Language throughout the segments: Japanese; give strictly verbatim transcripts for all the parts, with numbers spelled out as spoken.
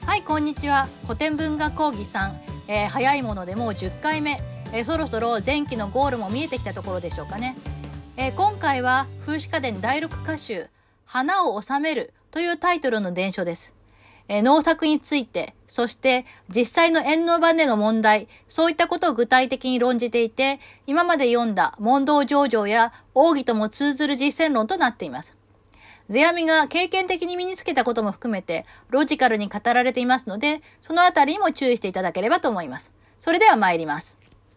はい、こんにちは。古典文学講義さん、えー、早いものでもうじゅっかいめ、えー、そろそろ前期のゴールも見えてきたところでしょうかね。えー、今回は風刺家電だいろく歌集花を収めるというタイトルの伝書です。えー、農作について、そして実際の縁の場での問題、そういったことを具体的に論じていて、今まで読んだ問答上場や奥義とも通ずる実践論となっています。世阿弥が経験的に身につけたことも含めてロジカルに語られていますので、そのあたりにも注意していただければと思います。それでは参ります。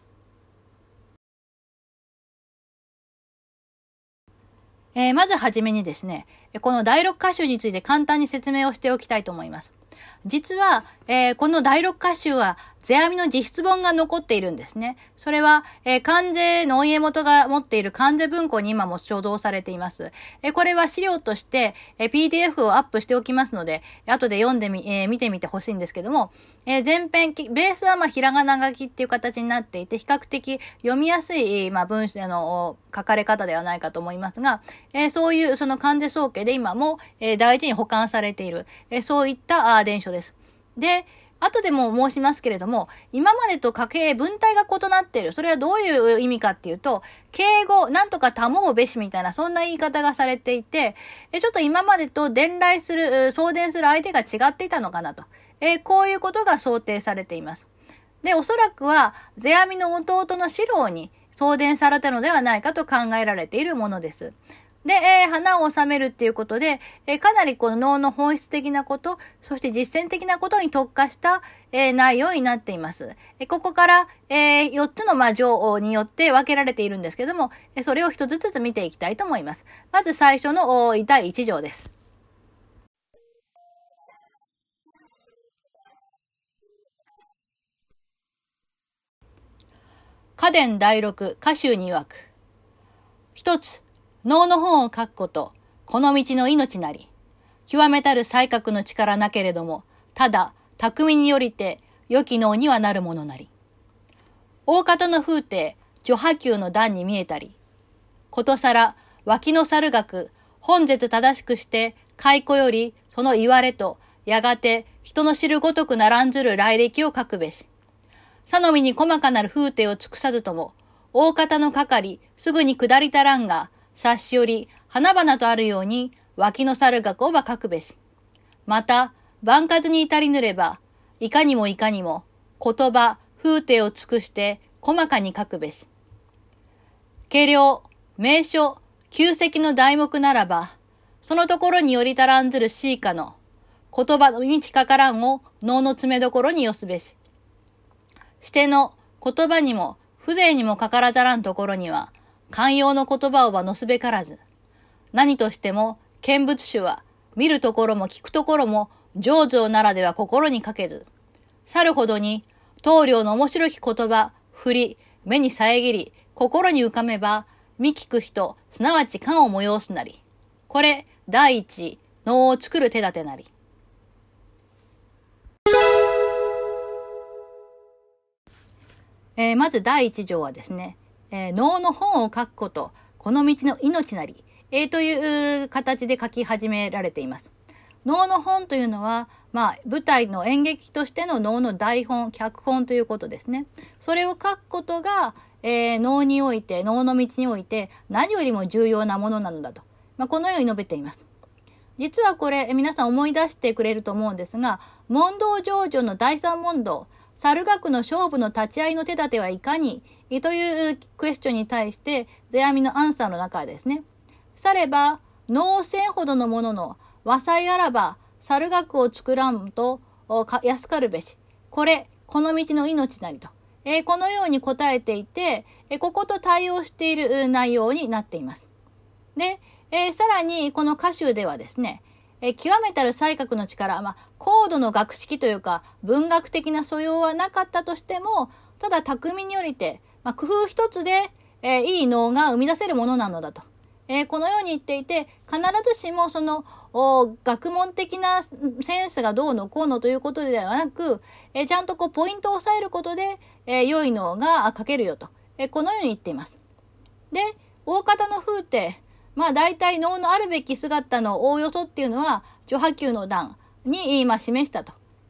えー、まずはじめにですね、このだいろく歌集について簡単に説明をしておきたいと思います。実は、えー、このだいろく歌集は世阿弥の自筆本が残っているんですね。それは、えー、関税農家元が持っている関税文庫に今も所蔵されています。えー、これは資料として、えー、ピーディーエフ をアップしておきますので、後で読んでみ、えー、見てみてほしいんですけども、えー、前編、ベースはまあひらがな書きっていう形になっていて、比較的読みやすい、まあ、文章の書かれ方ではないかと思いますが、えー、そういうその関税宗家で今も、えー、大事に保管されている、えー、そういったあ伝書です。で、後でも申しますけれども、今までと家計文体が異なっている。それはどういう意味かっていうと、敬語、なんとか保うべしみたいな、そんな言い方がされていて、えちょっと今までと伝来する、送電する相手が違っていたのかなと。えこういうことが想定されています。で、おそらくは、世阿弥の弟の四郎に送電されたのではないかと考えられているものです。で、えー、花を収めるっていうことで、えー、かなりこの能の本質的なこと、そして実践的なことに特化した、えー、内容になっています。えー、ここから、えー、よっつの、まあ、条によって分けられているんですけども、えー、それを一つずつ見ていきたいと思います。まず最初のだいいち条です。家伝だいろく歌集に曰く。一つ、能の本を書くこと、この道の命なり。極めたる才覚の力なけれども、ただ、巧みによりて、良き能にはなるものなり。大方の風景、序波及の段に見えたり。ことさら、脇の猿学、本絶正しくして、蚕より、その言われと、やがて、人の知るごとくならんずる来歴を書くべし。さのみに細かなる風景を尽くさずとも、大方のかかり、すぐに下りたらんが、察しより、花々とあるように、脇の猿学をば書くべし。また、万数に至りぬれば、いかにもいかにも、言葉、風景を尽くして、細かに書くべし。軽量、名所、旧跡の題目ならば、そのところによりたらんずるしいかの、言葉の道かからんを能の詰めどころに寄すべし。しての言葉にも、風情にもかからざらんところには、寛容の言葉をばのすべからず。何としても、見物種は、見るところも聞くところも、上々ならでは心にかけず。去るほどに、棟梁の面白き言葉、振り、目に遮り、心に浮かめば、見聞く人、すなわち感を催すなり。これ、第一、能を作る手立てなり。えー、まず第一条はですね、えー、能の本を書くこと、この道の命なり、えー、という形で書き始められています。能の本というのは、まあ、舞台の演劇としての能の台本、脚本ということですね。それを書くことが、えー、能において、能の道において、何よりも重要なものなのだと。まあ、このように述べています。実はこれ、皆さん思い出してくれると思うんですが、問答上場の第三問答、猿学の勝負の立ち会いの手立てはいかにというクエスチョンに対して、世阿弥のアンサーの中ですね。されば、能千ほどのものの、和裁あらば、猿学を作らんと、安かるべし。これ、この道の命なりと。えー、このように答えていて、えー、ここと対応している内容になっています。で、えー、さらに、この歌集ではですね、えー、極めたる才覚の力、まあ、高度の学識というか、文学的な素養はなかったとしても、ただ巧みによりて、まあ、工夫一つで、えー、いい能が生み出せるものなのだと。えー、このように言っていて、必ずしもその、学問的なセンスがどうのこうのということではなく、えー、ちゃんとこう、ポイントを押さえることで、えー、良い能が書けるよと。えー、このように言っています。で、大方の風景、まあ大体能のあるべき姿のおおよそっていうのは、序波及の段に、まあ、示したと。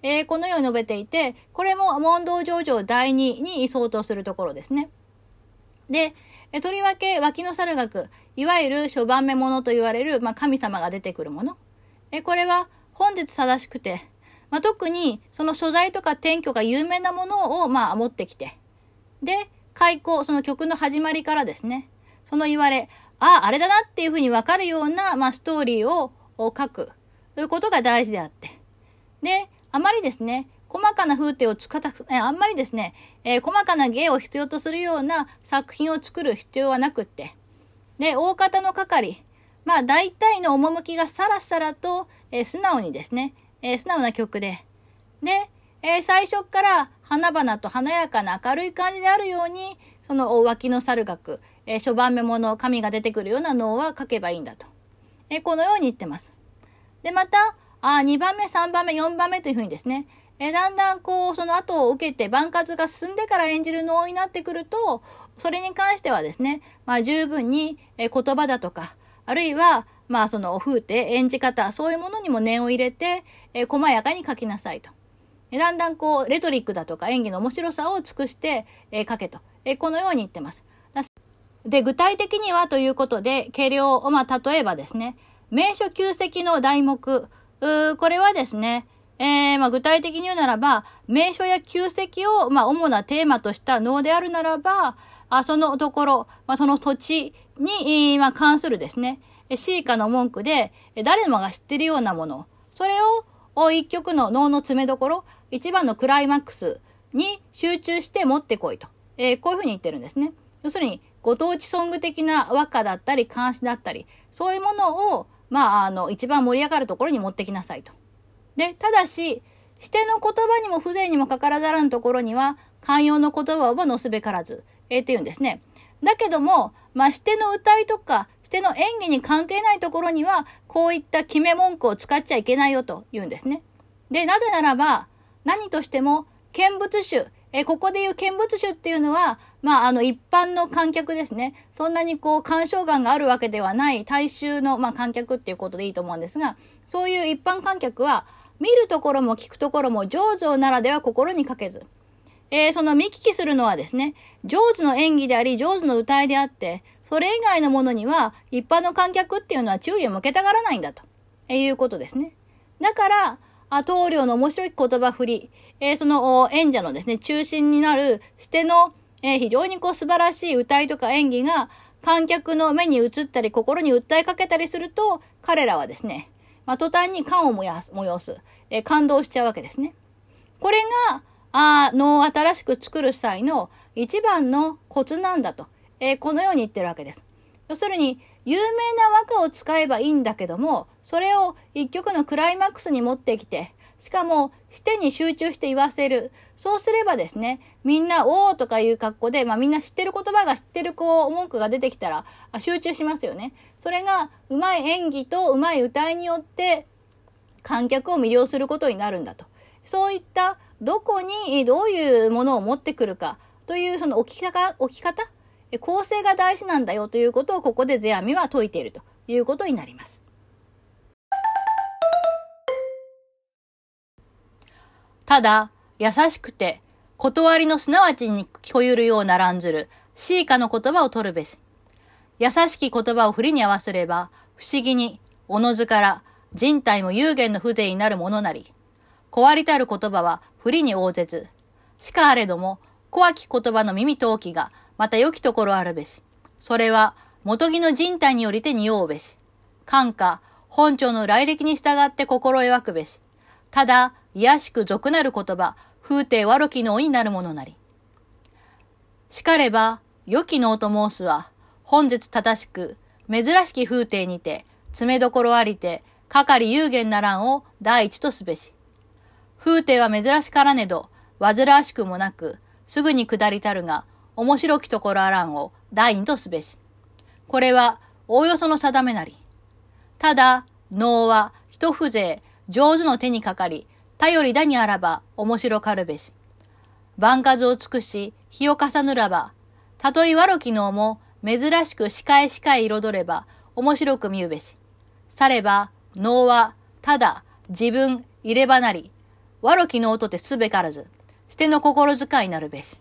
えー、このように述べていて、これも問答上場だいにに相当するところですね。で、えとりわけ脇の猿学、いわゆる諸番目物と言われる、まあ、神様が出てくるもの。えこれは本日正しくて、まあ、特にその所在とか転居が有名なものを、まあ、持ってきて、で、開口、その曲の始まりからですね、その言われ、ああ、あれだなっていうふうにわかるような、まあ、ストーリーを書くことが大事であって。で、あまりですね、細かな風景を使った、あんまりですね、えー、細かな芸を必要とするような作品を作る必要はなくって。で、大方の係、まあ大体の趣がさらさらと、えー、素直にですね、えー、素直な曲で、で、えー、最初から花々と華やかな明るい感じであるように、その脇の猿楽、えー、諸番目物、神が出てくるような能は書けばいいんだと。えー、このように言ってます。で、また、あにばんめ、さんばんめ、よんばんめというふうにですね、えー、だんだんこう、その後を受けて番数が進んでから演じる能になってくると、それに関してはですね、まあ十分に、えー、言葉だとか、あるいは、まあその風景、演じ方、そういうものにも念を入れて、えー、細やかに書きなさいと。えー、だんだんこう、レトリックだとか演技の面白さを尽くして、えー、書けと、えー。このように言ってます。で、具体的にはということで、計量を、まあ例えばですね、名所旧跡の題目、うこれはですね、えー、まあ具体的に言うならば、名所や旧跡を、まあ主なテーマとした能であるならば、あそのところ、まあその土地に、まあ関するですね、詩歌の文句で、誰もが知ってるようなもの、それを一曲の能の詰めどころ、一番のクライマックスに集中して持ってこいと。えー、こういうふうに言ってるんですね。要するに、ご当地ソング的な和歌だったり、漢詩だったり、そういうものを、まあ、あの、一番盛り上がるところに持ってきなさいと。で、ただし、指定の言葉にも風情にもかからざらんところには、慣用の言葉を載すべからず、えー、っていうんですね。だけども、まあ、指定の歌いとか、指定の演技に関係ないところには、こういった決め文句を使っちゃいけないよと言うんですね。で、なぜならば、何としても、見物種、えー、ここで言う見物種っていうのは、まあ、あの、一般の観客ですね。そんなにこう、鑑賞眼があるわけではない大衆の、まあ、観客っていうことでいいと思うんですが、そういう一般観客は、見るところも聞くところも上手ならでは心にかけず、えー、その見聞きするのはですね、上手の演技であり、上手の歌いであって、それ以外のものには、一般の観客っていうのは注意を向けたがらないんだと、えー、いうことですね。だから、あ、棟梁の面白い言葉振り、えー、その演者のですね、中心になる指定の、えー、非常にこう素晴らしい歌いとか演技が観客の目に映ったり心に訴えかけたりすると、彼らはですね、まあ、途端に感を催す、催す、えー、感動しちゃうわけですね。これが、あ能を新しく作る際の一番のコツなんだと、えー、このように言ってるわけです。要するに、有名な和歌を使えばいいんだけども、それを一曲のクライマックスに持ってきて、しかも、視点に集中して言わせる。そうすればですね、みんな、おーとかいう格好で、まあみんな知ってる言葉が知ってるこう、文句が出てきたら、あ集中しますよね。それが、うまい演技とうまい歌いによって、観客を魅了することになるんだと。そういった、どこにどういうものを持ってくるか、というその置き方、置き方、構成が大事なんだよということを、ここで世阿弥は説いているということになります。ただ、優しくて、断りのすなわちに聞こえるようならんずる、詩歌の言葉を取るべし。優しき言葉を振りに合わせれば、不思議に、おのずから、人体も有限の風情になるものなり。壊りたる言葉は振りに応ぜず。しかあれども、怖き言葉の耳ときが、また良きところあるべし。それは、元木の人体によりて匂うべし。感化、本庁の来歴に従って心得わくべし。ただ、癒しく俗なる言葉、風体わろき能になるものなり。しかれば、良き能と申すは、本日正しく、珍しき風体にて、詰めどころありて、かかり有限な欄を第一とすべし。風体は珍しからねど、煩わしくもなく、すぐに下りたるが、面白きところあらんを第二とすべし。これは、おおよその定めなり。ただ、能は、一風情、上手の手にかかり、頼りだにあらば、面白かるべし。万数を尽くし、日を重ぬらば、たとえわろき能も、珍しく視界視界彩れば、面白く見うべし。されば、能は、ただ、自分、入ればなり、 わろきの音てすべからず、捨ての心遣いなるべし。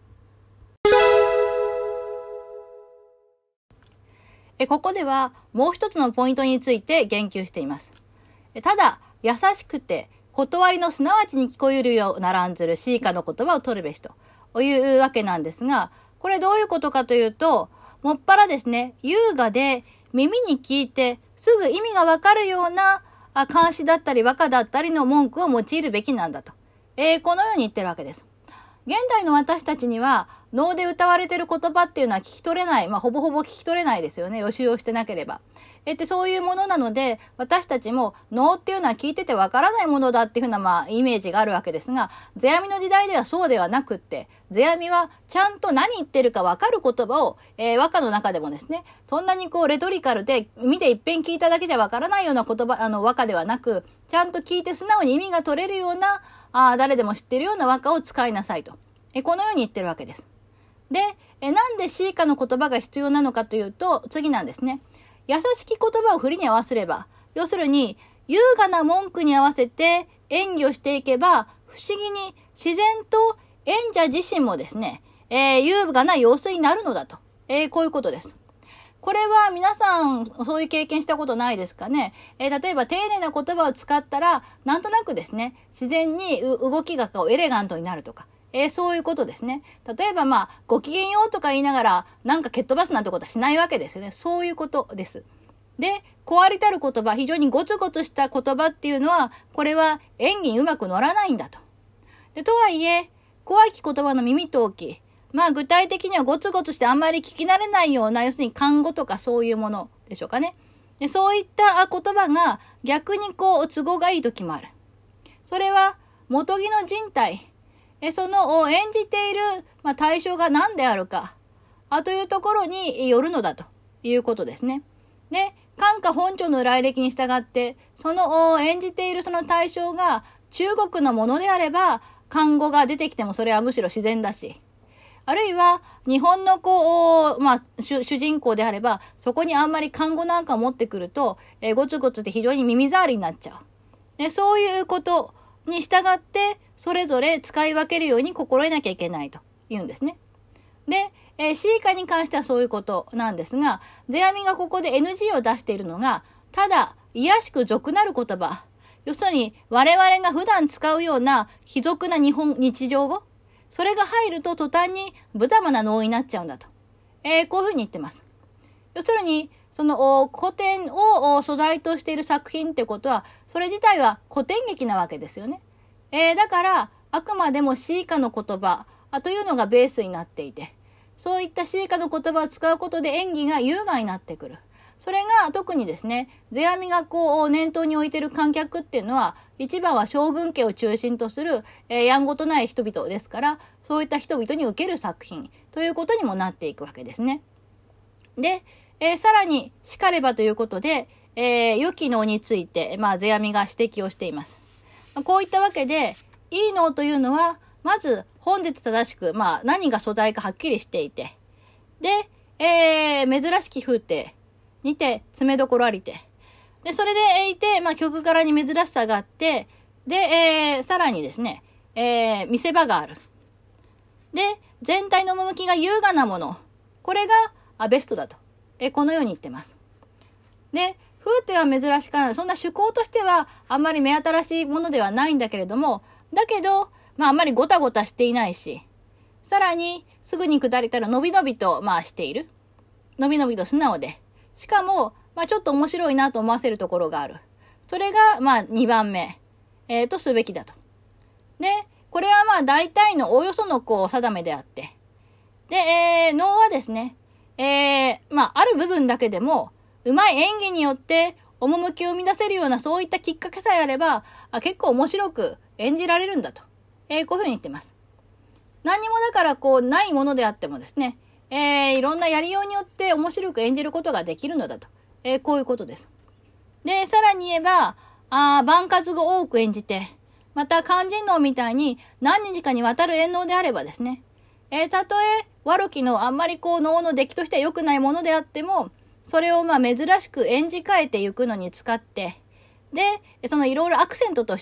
えここではもう一つのポイントについて言及しています。ただ、優しくて、断りのすなわちに聞こえるようならんずるシーカの言葉を取るべしというわけなんですが、これどういうことかというと、もっぱらですね、優雅で耳に聞いてすぐ意味がわかるような漢詩だったり和歌だったりの文句を用いるべきなんだと。えー、このように言ってるわけです。現代の私たちには能で歌われている言葉っていうのは聞き取れない。まあ、ほぼほぼ聞き取れないですよね。予習をしてなければ。えってそういうものなので、私たちも能っていうのは聞いててわからないものだっていうふうなまあイメージがあるわけですが、世阿弥の時代ではそうではなくって、世阿弥はちゃんと何言ってるかわかる言葉を、えー、和歌の中でもですね、そんなにこうレトリカルで見て一遍聞いただけでわからないような言葉、あの和歌ではなく、ちゃんと聞いて素直に意味が取れるような、あ誰でも知ってるような和歌を使いなさいと。えこのように言ってるわけです。で、えなんで詩歌の言葉が必要なのかというと、次なんですね。優しき言葉を振りに合わせれば、要するに、優雅な文句に合わせて演技をしていけば、不思議に自然と演者自身もですね、えー、優雅な様子になるのだと。えー、こういうことです。これは皆さん、そういう経験したことないですかね。えー、例えば丁寧な言葉を使ったら、なんとなくですね、自然に動きがこうエレガントになるとか。えー、そういうことですね。例えばまあ、ごきげんようとか言いながら、なんか蹴っ飛ばすなんてことはしないわけですよね。そういうことです。で、こありたる言葉、非常にゴツゴツした言葉っていうのは、これは演技にうまく乗らないんだと。で、とはいえ、怖き言葉の耳とき、まあ具体的にはゴツゴツしてあんまり聞き慣れないような、要するに漢語とかそういうものでしょうかね。で、そういった言葉が逆にこう都合がいい時もある。それは元木の人体、えその演じている、まあ、対象が何であるかあというところによるのだということですね。で、漢歌本朝の来歴に従って、その演じているその対象が中国のものであれば、漢語が出てきてもそれはむしろ自然だし、あるいは日本のこう、まあ、主人公であれば、そこにあんまり漢語なんかを持ってくると、えー、ごつごつって非常に耳障りになっちゃう。で、そういうことに従って、それぞれ使い分けるように心得なきゃいけないと言うんですね。で、えー、詩歌に関してはそういうことなんですが、世阿弥がここで エヌジー を出しているのが、ただ、卑しく俗なる言葉。要するに、我々が普段使うような卑俗な日本、日常語。それが入ると途端に無様な能になっちゃうんだと。えー、こういうふうに言ってます。要するに、その古典を素材としている作品ってことは、それ自体は古典劇なわけですよね。えー、だから、あくまでも詩歌の言葉というのがベースになっていて、そういった詩歌の言葉を使うことで演技が優雅になってくる。それが特にですね、世阿弥がこう念頭に置いている観客っていうのは、一番は将軍家を中心とする、えー、やんごとない人々ですから、そういった人々に受ける作品ということにもなっていくわけですね。で、えー、さらに、しかればということで、えー、良き能について、まあ、世阿弥が指摘をしています。こういったわけで、いい能というのは、まず、本日正しく、まあ、何が素材かはっきりしていて、で、えー、珍しき風景にて、詰めどころありて、で、それでいて、まあ、曲柄に珍しさがあって、で、えー、さらにですね、えー、見せ場がある。で、全体の趣が優雅なもの。これが、あベストだと。えー、このように言ってます。で、風景は珍しくない。そんな趣向としては、あんまり目新しいものではないんだけれども、だけど、まあ、あんまりごたごたしていないし、さらに、すぐに下りたら伸び伸びと、まあ、している。伸び伸びと素直で。しかも、まあ、ちょっと面白いなと思わせるところがある。それが、まあ、にばんめ、えー、とすべきだと。で、これはまあ、大体のおおよそのこう、定めであって。で、えー、能はですね、えー、まあ、ある部分だけでも、うまい演技によって、趣を生み出せるような、そういったきっかけさえあれば、あ結構面白く演じられるんだと。えー、こういうふうに言ってます。何にもだからこう、ないものであってもですね、えー、いろんなやりようによって面白く演じることができるのだと。えー、こういうことです。で、さらに言えば、あ万数を多く演じて、また肝心能みたいに何日かにわたる演能であればですね、えー、たとえ、和録のあんまりこう能の出来としては良くないものであっても、それをまあ珍しく演じ変えていくのに使って、で、そのいろいろアクセントとして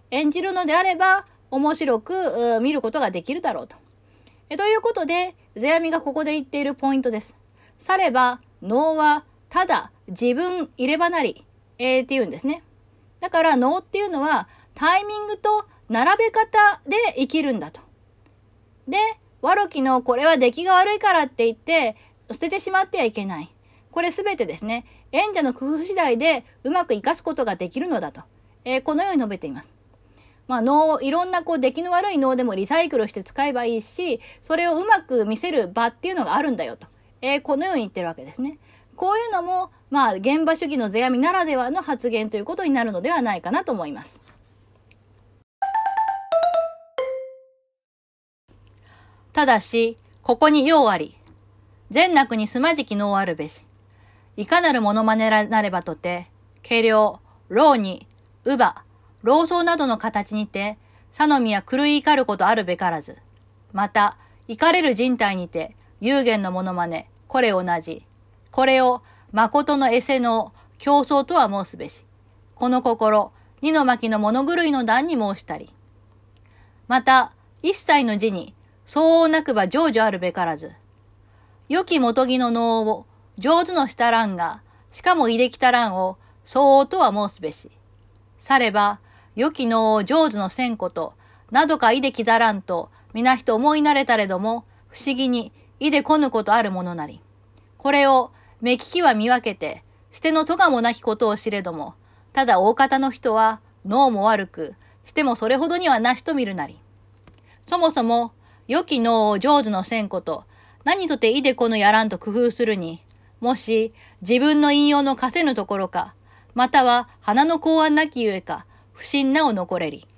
演じるのであれば、面白く見ることができるだろうと。えということで、世阿弥がここで言っているポイントです。されば、能はただ自分入れ歯なり、えー、って言うんですね。だから能っていうのはタイミングと並べ方で生きるんだと。で、和ロキのこれは出来が悪いからって言って捨ててしまってはいけない。これすべてですね、演者の工夫次第でうまく活かすことができるのだと。えー、このように述べています。まあ能、いろんなこう出来の悪い能でもリサイクルして使えばいいし、それをうまく見せる場っていうのがあるんだよと。えー、このように言ってるわけですね。こういうのも、まあ、現場主義の世阿弥ならではの発言ということになるのではないかなと思います。ただし、ここに要あり。善悪にすまじき能あるべし。いかなるものまねなればとて、軽量、老に、乳母、老僧などの形にて、さのみや狂い怒ることあるべからず。また、怒れる人体にて、有限のものまね、これ同じ。これを、誠のエセの競争とは申すべし。この心、二の巻の物狂いの段に申したり。また、一切の字に、相応なくば成就あるべからず。良き元木の能を、上手のしたらんが、しかもいできたらんを、相応とは申すべし。されば、良き能を上手のせんこと、などかいできざらんと、皆人思い慣れたれども、不思議に、いでこぬことあるものなり。これを、目利きは見分けて、してのとがもなきことを知れども、ただ大方の人は、脳も悪く、してもそれほどにはなしと見るなり。そもそも、良き脳を上手のせんこと、何とていでこぬやらんと工夫するに、もし、自分の引用の貸せぬところか、または花の公安なきゆえか、不審なお残れり。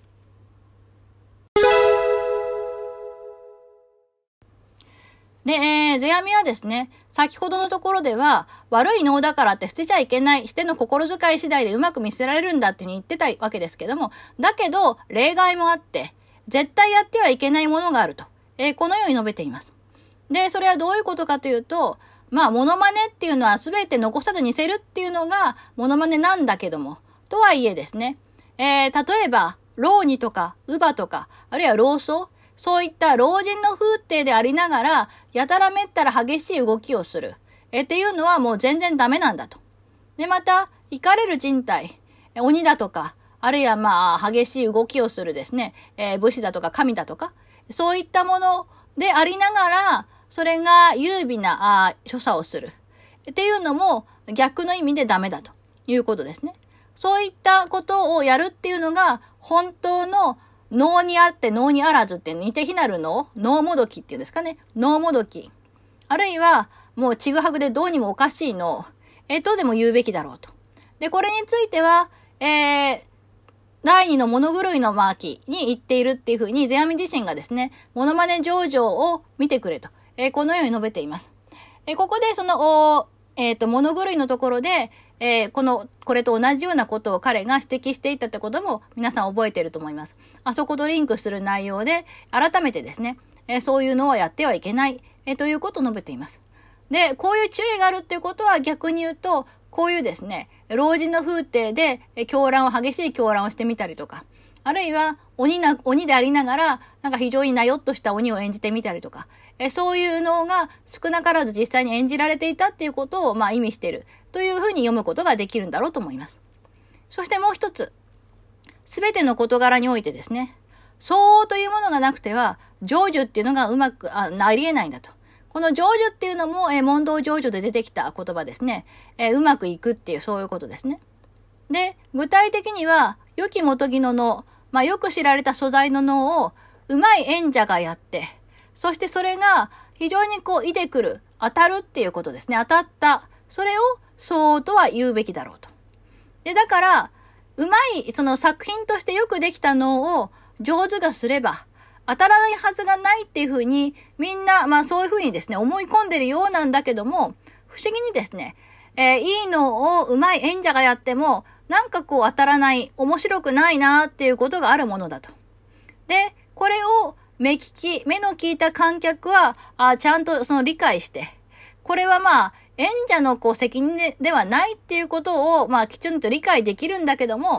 で、えー、世阿弥はですね、先ほどのところでは、悪い能だからって捨てちゃいけない、しての心遣い次第でうまく見せられるんだっていうふうに言ってたわけですけども、だけど、例外もあって、絶対やってはいけないものがあると、えー、このように述べています。で、それはどういうことかというと、まあ、モノマネっていうのは全て残さず似せるっていうのが、モノマネなんだけども、とはいえですね、えー、例えば、老にとか、乳母とか、あるいは老僧、そういった老人の風体でありながら、やたらめったら激しい動きをする。えっていうのはもう全然ダメなんだと。で、また、怒れる人体、鬼だとか、あるいはまあ、激しい動きをするですね、えー、武士だとか神だとか、そういったものでありながら、それが優美なあ所作をする。っていうのも逆の意味でダメだということですね。そういったことをやるっていうのが、本当の能にあって能にあらずって似て非なる能、能もどきっていうんですかね。能もどき。あるいは、もうちぐはぐでどうにもおかしい能、えとでも言うべきだろうと。で、これについては、えー、第二の物狂いの巻に言っているっていうふうに、世阿弥自身がですね、モノマネ上場を見てくれと、えー、このように述べています。えー、ここでその、えっと、物狂いのところで、えー、この、これと同じようなことを彼が指摘していったってことも皆さん覚えていると思います。あそことリンクする内容で、改めてですね、えー、そういうのはやってはいけない、えー、ということを述べています。で、こういう注意があるっていうことは逆に言うと、こういうですね、老人の風体で狂乱を、激しい狂乱をしてみたりとか、あるいは鬼な、鬼でありながら、なんか非常になよっとした鬼を演じてみたりとか、えそういうのが少なからず実際に演じられていたっていうことを、まあ意味しているというふうに読むことができるんだろうと思います。そしてもう一つ、すべての事柄においてですね、相応というものがなくては、成就っていうのがうまく、あ、ありえないんだと。この成就っていうのも、えー、問答成就で出てきた言葉ですね。えー、うまくいくっていう、そういうことですね。で、具体的には、良き元木の能、まあよく知られた素材の能を、うまい演者がやって、そしてそれが非常にこう、いでくる、当たるっていうことですね。当たった。それを相応とは言うべきだろうと。で、だから、うまい、その作品としてよくできた能を上手がすれば、当たらないはずがないっていうふうに、みんな、まあそういうふうにですね、思い込んでるようなんだけども、不思議にですね、えー、いいのをうまい演者がやっても、なんかこう当たらない、面白くないなっていうことがあるものだと。で、これを目利き、目の利いた観客は、あちゃんとその理解して、これはまあ、演者のこう責任ではないっていうことを、まあきちんと理解できるんだけども、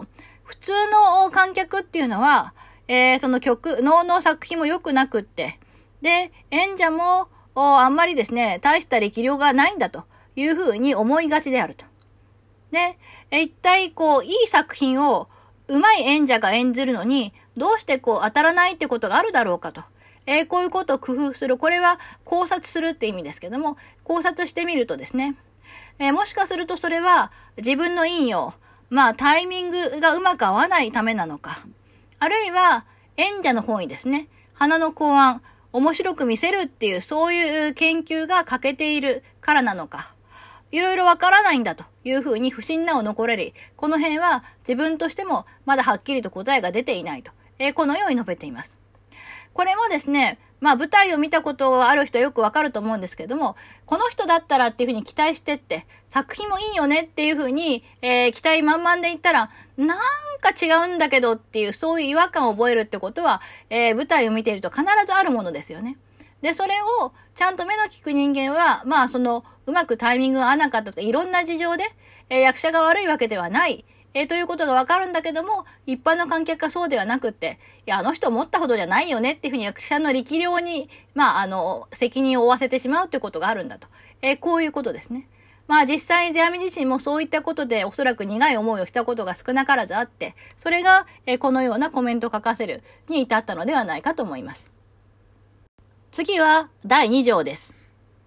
普通の観客っていうのは、えー、その曲、能の作品も良くなくって、で、演者もあんまりですね、大した力量がないんだというふうに思いがちであると。で、一体こう、いい作品を上手い演者が演じるのに、どうしてこう当たらないってことがあるだろうかと。えー、こういうことを工夫する。これは考察するって意味ですけども、考察してみるとですね、えー、もしかするとそれは自分の引用、まあタイミングがうまく合わないためなのか、あるいは演者の方にですね、花の考案、面白く見せるっていうそういう研究が欠けているからなのか、いろいろわからないんだというふうに不信なを残れり、この辺は自分としてもまだはっきりと答えが出ていないと、えー、このように述べています。これもですね、まあ舞台を見たことがある人はよくわかると思うんですけれども、この人だったらっていうふうに期待してって、作品もいいよねっていうふうに、えー、期待満々で言ったら、なんか違うんだけどっていう、そういう違和感を覚えるってことは、えー、舞台を見ていると必ずあるものですよね。で、それをちゃんと目の利く人間は、まあその、うまくタイミングが合わなかったとか、いろんな事情で、えー、役者が悪いわけではない。えー、ということがわかるんだけども、一般の観客がそうではなくって、いや、あの人思ったほどじゃないよねっていうふうに役者の力量に、まあ、あの、責任を負わせてしまうということがあるんだと。えー、こういうことですね。まあ実際、世阿弥自身もそういったことでおそらく苦い思いをしたことが少なからずあって、それが、えー、このようなコメントを書かせるに至ったのではないかと思います。次はだいに条です。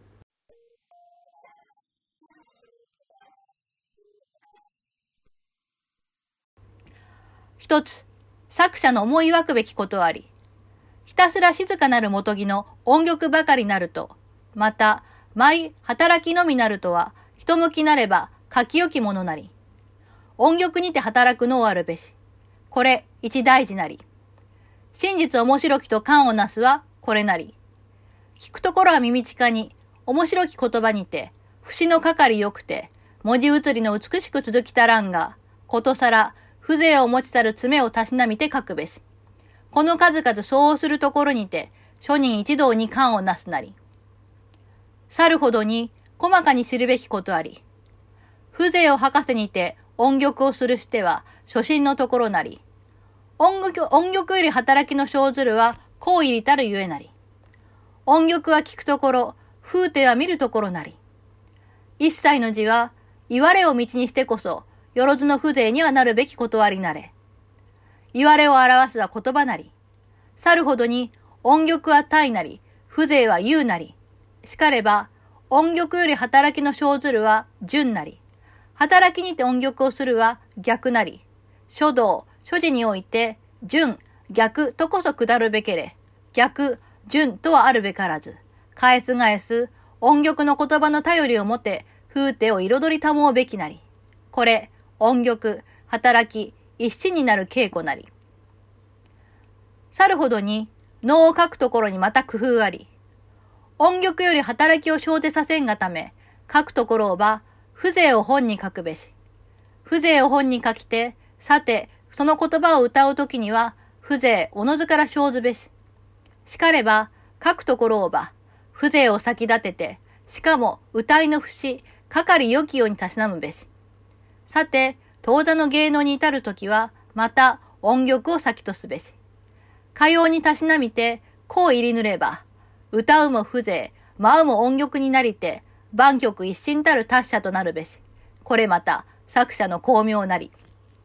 一つ、作者の思い描くべきことあり。ひたすら静かなる元木の音曲ばかりなると、また、舞働きのみなるとは、人向きなれば書きよきものなり。音曲にて働くのをあるべし。これ、一大事なり。真実面白きと感をなすは、これなり。聞くところは耳近に、面白き言葉にて、節のかかりよくて、文字移りの美しく続きたらんが、ことさら、風情を持ちたる爪をたしなみて書くべし。この数々そうするところにて、諸人一同に感をなすなり。去るほどに、細かに知るべきことあり。風情を博士にて、音曲をするしては、初心のところなり。音曲、音曲より働きの生ずるは、こう入りたるゆえなり。音曲は聞くところ、風景は見るところなり。一切の字は、言われを道にしてこそ、よろずの風情にはなるべきことありなれ。言われを表すは言葉なり。去るほどに音曲は体なり、風情は言うなり。しかれば、音曲より働きの生ずるは順なり。働きにて音曲をするは逆なり。書道、書字において、順、逆とこそ下るべけれ。逆、順とはあるべからず。返す返す、音曲の言葉の頼りをもて、風景を彩り保うべきなり。これ、音曲、働き、一心になる稽古なり。去るほどに、能を書くところにまた工夫あり。音曲より働きを生じさせんがため、書くところをば、風情を本に書くべし。風情を本に書きて、さて、その言葉を歌うときには、風情、おのずから生ずべし。しかれば、書くところをば、風情を先立てて、しかも歌いの節、かかりよきようにたしなむべし。さて、当座の芸能に至るときは、また音曲を先とすべし。かようにたしなみて、こう入りぬれば、歌うも風情、舞うも音曲になりて、万曲一心たる達者となるべし。これまた、作者の巧妙なり。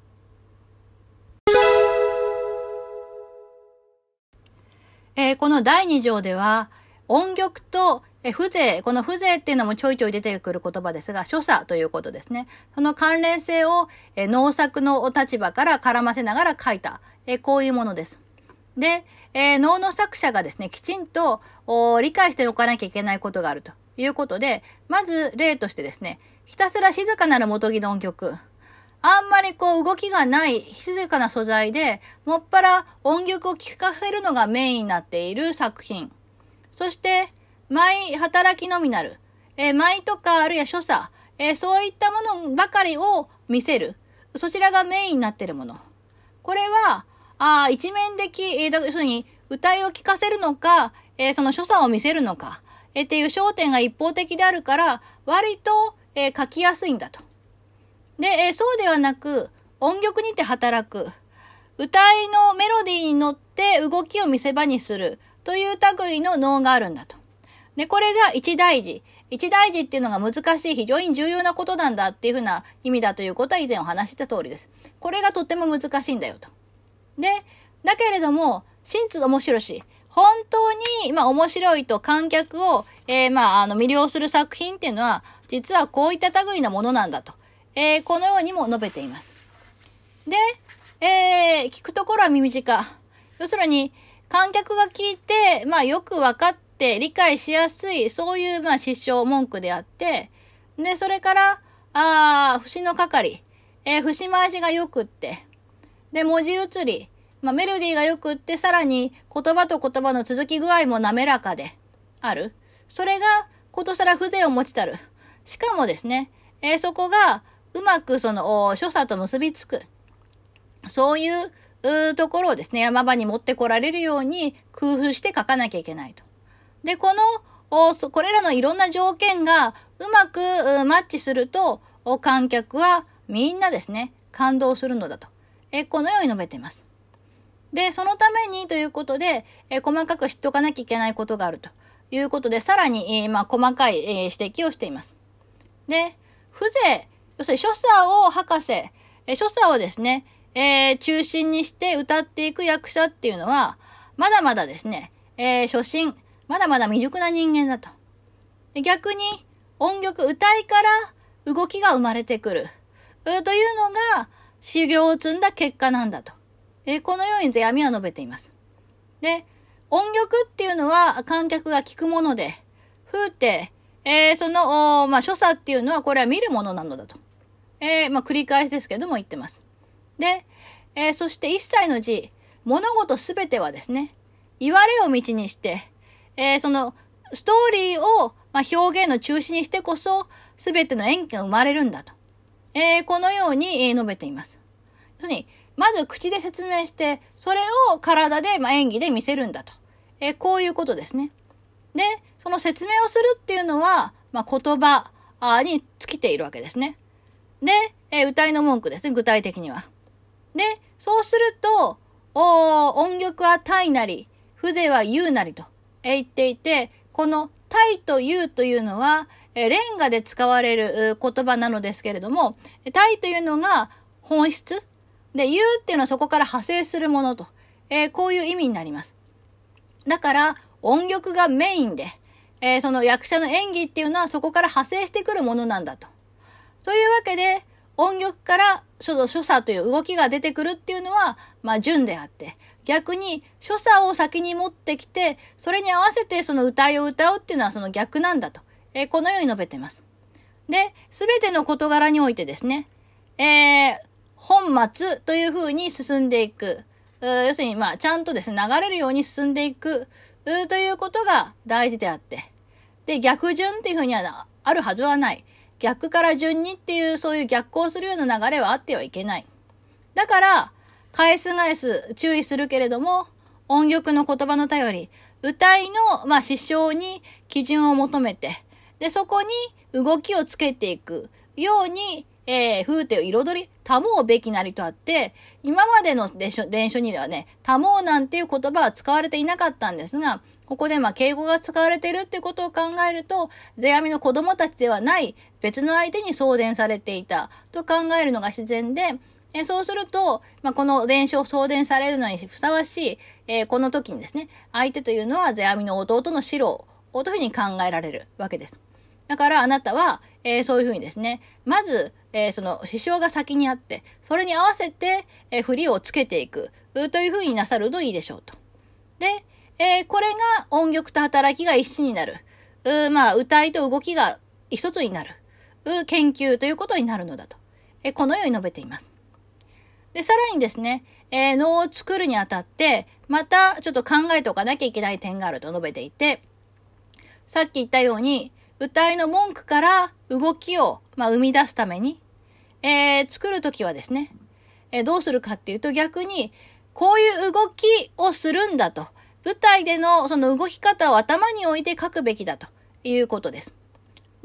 えー、このだいに条では、音曲とえ風情、この風情っていうのもちょいちょい出てくる言葉ですが、所作ということですね。その関連性をえ農作の立場から絡ませながら書いた、えこういうものです。で、えー、能の作者がですね、きちんと理解しておかなきゃいけないことがあるということで、まず例としてですね、ひたすら静かなる元木の音曲。あんまりこう動きがない静かな素材で、もっぱら音曲を聴かせるのがメインになっている作品。そして、舞働きのみなる。えー、舞とかあるいは所作、えー、そういったものばかりを見せる。そちらがメインになっているもの。これは、あ一面的、えー、要するに歌いを聴かせるのか、えー、その所作を見せるのか、えー、っていう焦点が一方的であるから、割と、えー、書きやすいんだと。で、えー、そうではなく、 音曲にて働く。歌いのメロディーに乗って動きを見せ場にするという類の能があるんだと。で、これが一大事。一大事っていうのが難しい、非常に重要なことなんだっていうふうな意味だということは以前お話しした通りです。これがとっても難しいんだよと。で、だけれども、真実面白し、本当に、まあ面白いと観客を、えー、まああの魅了する作品っていうのは、実はこういった類なものなんだと。えー、このようにも述べています。で、えー、聞くところは耳近。要するに、観客が聞いて、まあよくわかって理解しやすい、そういうまあ失笑文句であって、で、それから、あー、節の係、えー、節回しがよくって、で、文字移り、まあメロディーがよくって、さらに言葉と言葉の続き具合も滑らかである。それが、ことさら風情を持ちたる。しかもですね、えー、そこが、うまくその、所作と結びつく。そういう、うところをですね、山場に持ってこられるように工夫して書かなきゃいけないと。で、この、おこれらのいろんな条件がうまくマッチすると、観客はみんなですね、感動するのだと。えこのように述べています。で、そのためにということで、え細かく知っておかなきゃいけないことがあるということで、さらに、えー、まあ、細かい、えー、指摘をしています。で、風情、要するに所作を博士、え所作をですね、えー、中心にして歌っていく役者っていうのは、まだまだですね、えー、初心、まだまだ未熟な人間だと。で逆に、音曲、歌いから動きが生まれてくる、というのが、修行を積んだ結果なんだと。えー、このように世阿弥は述べています。で、音曲っていうのは観客が聞くもので、風って、えー、その、まあ、所作っていうのはこれは見るものなのだと。えー、まあ、繰り返しですけども言ってます。で、えー、そして一切の字、物事すべてはですね、言われを道にして、えー、そのストーリーを、まあ、表現の中心にしてこそ、すべての演技が生まれるんだと。えー、このように、えー、述べています。要するに、まず口で説明して、それを体で、まあ、演技で見せるんだと。えー、こういうことですね。で、その説明をするっていうのは、まあ、言葉に尽きているわけですね。で、えー、歌いの文句ですね、具体的には。で、そうすると、お音曲は体なり、風情は言うなりと、えー、言っていて、この体と言うというのは、えー、レンガで使われる言葉なのですけれども、体というのが本質で、言うっていうのはそこから派生するものと、えー、こういう意味になります。だから、音曲がメインで、えー、その役者の演技っていうのはそこから派生してくるものなんだと。というわけで、音曲から所作という動きが出てくるっていうのは、まあ順であって、逆に所作を先に持ってきて、それに合わせてその歌いを歌うっていうのはその逆なんだと。えー、このように述べています。で、すべての事柄においてですね、えー、本末という風に進んでいく。要するに、まあ、ちゃんとですね、流れるように進んでいく、ということが大事であって。で、逆順っていう風にはあるはずはない。逆から順にっていう、そういう逆行するような流れはあってはいけない。だから、返す返す注意するけれども、音曲の言葉の頼り、歌いの、まあ、指標に基準を求めて、で、そこに動きをつけていくように、えー、風景を彩り、保うべきなりとあって、今までの伝書、伝書にはね、保うなんていう言葉は使われていなかったんですが、ここでまあ敬語が使われているっていうことを考えると、世阿弥の子供たちではない別の相手に送電されていたと考えるのが自然で、えー、そうすると、まあ、この伝書を送電されるのにふさわしい、えー、この時にですね、相手というのは世阿弥の弟の四郎というふうに考えられるわけです。だからあなたは、えー、そういうふうにですね、まず、えー、その師匠が先にあって、それに合わせて、えー、振りをつけていくというふうになさるといいでしょうと。で、えー、これが音曲と働きが一致になる。うまあ、歌いと動きが一つになる。う研究ということになるのだと。えー、このように述べています。で、さらにですね、えー、能を作るにあたって、またちょっと考えておかなきゃいけない点があると述べていて、さっき言ったように、歌いの文句から動きを、まあ、生み出すために、えー、作るときはですね、えー、どうするかっていうと逆に、こういう動きをするんだと。舞台でのその動き方を頭に置いて書くべきだということです。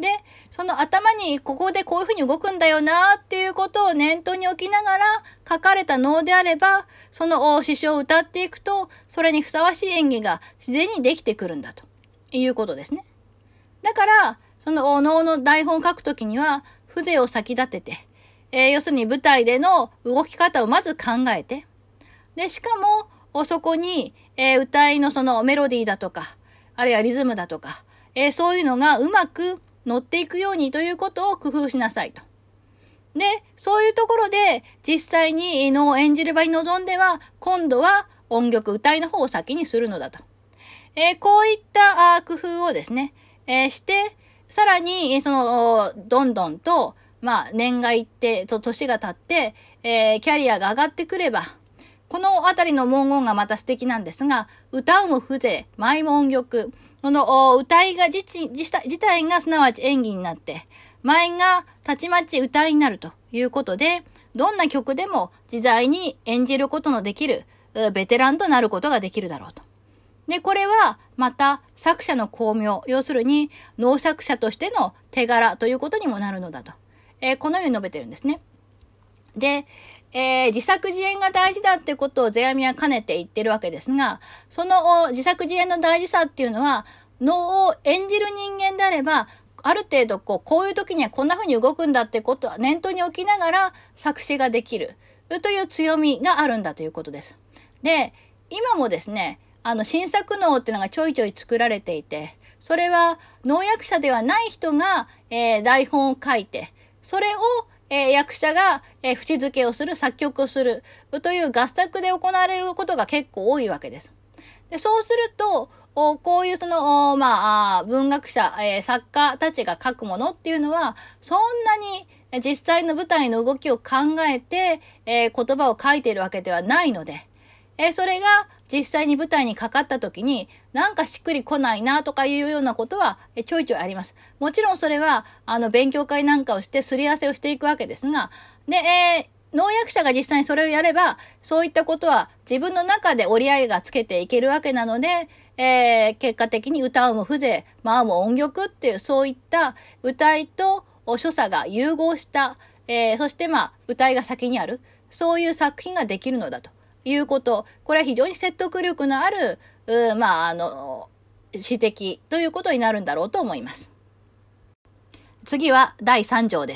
で、その頭にここでこういうふうに動くんだよなっていうことを念頭に置きながら書かれた能であれば、その詩書を歌っていくと、それにふさわしい演技が自然にできてくるんだということですね。だから、その能の台本を書くときには、風情を先立てて、えー、要するに舞台での動き方をまず考えて、で、しかも、そこに、えー、歌いのそのメロディーだとか、あるいはリズムだとか、えー、そういうのがうまく乗っていくようにということを工夫しなさいと。で、そういうところで実際に能を演じる場に臨んでは、今度は音曲、歌いの方を先にするのだと。えー、こういったあ工夫をですね、えー、して、さらに、その、どんどんと、まあ、年がいって、と、年が経って、えー、キャリアが上がってくれば、このあたりの文言がまた素敵なんですが、歌うも風情、舞も音曲、この歌いが自自体がすなわち演技になって、舞がたちまち歌いになるということで、どんな曲でも自在に演じることのできる、ベテランとなることができるだろうと。で、これはまた作者の巧妙、要するに能作者としての手柄ということにもなるのだと。えー、このように述べてるんですね。で、えー、自作自演が大事だってことを世阿弥は兼ねて言ってるわけですが、その自作自演の大事さっていうのは、能を演じる人間であれば、ある程度こう、こういう時にはこんな風に動くんだってことは念頭に置きながら作詞ができるという強みがあるんだということです。で、今もですね、あの、新作能っていうのがちょいちょい作られていて、それは能役者ではない人が、えー、台本を書いて、それをえー、役者が、えー、縁付けをする、作曲をするという合作で行われることが結構多いわけです。で、そうすると、こういうその、まあ、文学者、えー、作家たちが書くものっていうのは、そんなに実際の舞台の動きを考えて、えー、言葉を書いているわけではないので、えー、それが実際に舞台にかかった時に、なんかしっくりこないなとかいうようなことはちょいちょいあります。もちろんそれは、あの、勉強会なんかをしてすり合わせをしていくわけですが、で、えー、能役者が実際にそれをやれば、そういったことは自分の中で折り合いがつけていけるわけなので、えー、結果的に歌うも風情、舞うも音曲っていう、そういった歌いと所作が融合した、えー、そしてまあ、歌いが先にある、そういう作品ができるのだということ。これは非常に説得力のある、うまあ、あの、詩的ということになるんだろうと思います。次はだいさん条です。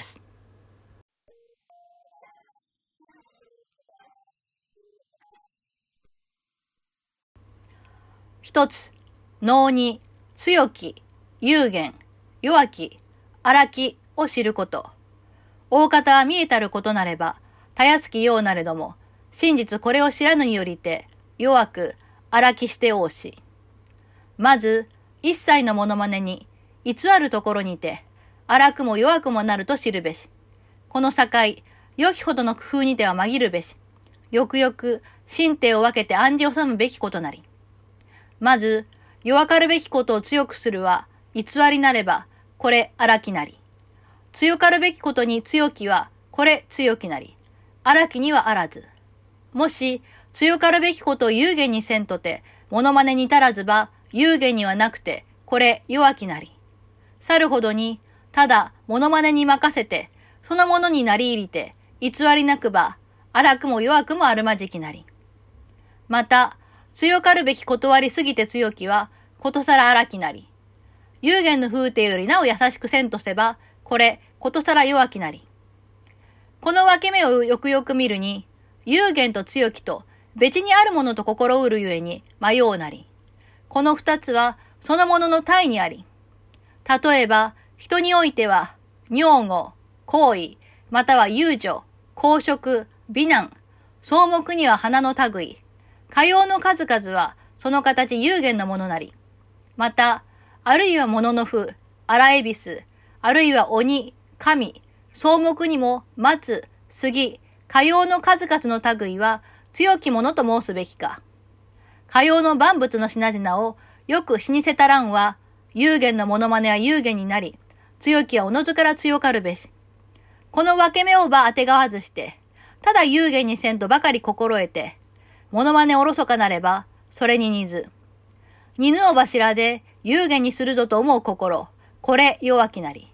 一つ、能に強き、幽玄、弱き、荒きを知ること。大方は見えたることなれば、たやすきようなれども、真実これを知らぬによりて、弱く、荒きしておうし。まず、一切のモノマネに、偽るところにて、荒くも弱くもなると知るべし。この境、良きほどの工夫にては紛るべし。よくよく、心底を分けて暗示を収むべきことなり。まず、弱かるべきことを強くするは、偽りなれば、これ荒きなり。強かるべきことに強きは、これ強きなり。荒きにはあらず。もし、強かるべきことを有限にせんとて、モノマネに足らずば、有限にはなくて、これ弱きなり。さるほどに、ただ、モノマネに任せて、そのものになり入りて、偽りなくば、荒くも弱くもあるまじきなり。また、強かるべき断りすぎて強きは、ことさら荒きなり。有限の風景よりなお優しくせんとせば、これ、ことさら弱きなり。この分け目をよくよく見るに、有限と強きと別にあるものと心うるゆえに迷うなり。この二つはそのものの体にあり。例えば、人においては、尿語、行為、または遊女、公職、美男、草木には花の類、歌謡の数々はその形有限のものなり。また、あるいは物の風、荒恵比寿、あるいは鬼、神、草木にも松、杉、歌謡の数々の類は強きものと申すべきか。歌謡の万物の品々をよく死にせたらんは、有限のモノマネは有限になり、強きはおのずから強かるべし。この分け目をば当てがわずして、ただ有限にせんとばかり心得て、モノマネおろそかなれば、それに似ず。似ぬを柱で有限にするぞと思う心、これ弱きなり。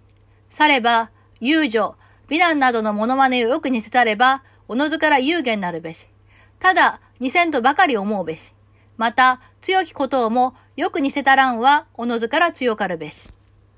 されば、遊女、美男などのモノマネをよく似せたれば、おのずから有限なるべし。ただ、似せんとばかり思うべし。また、強きことをも、よく似せたらんは、おのずから強かるべし。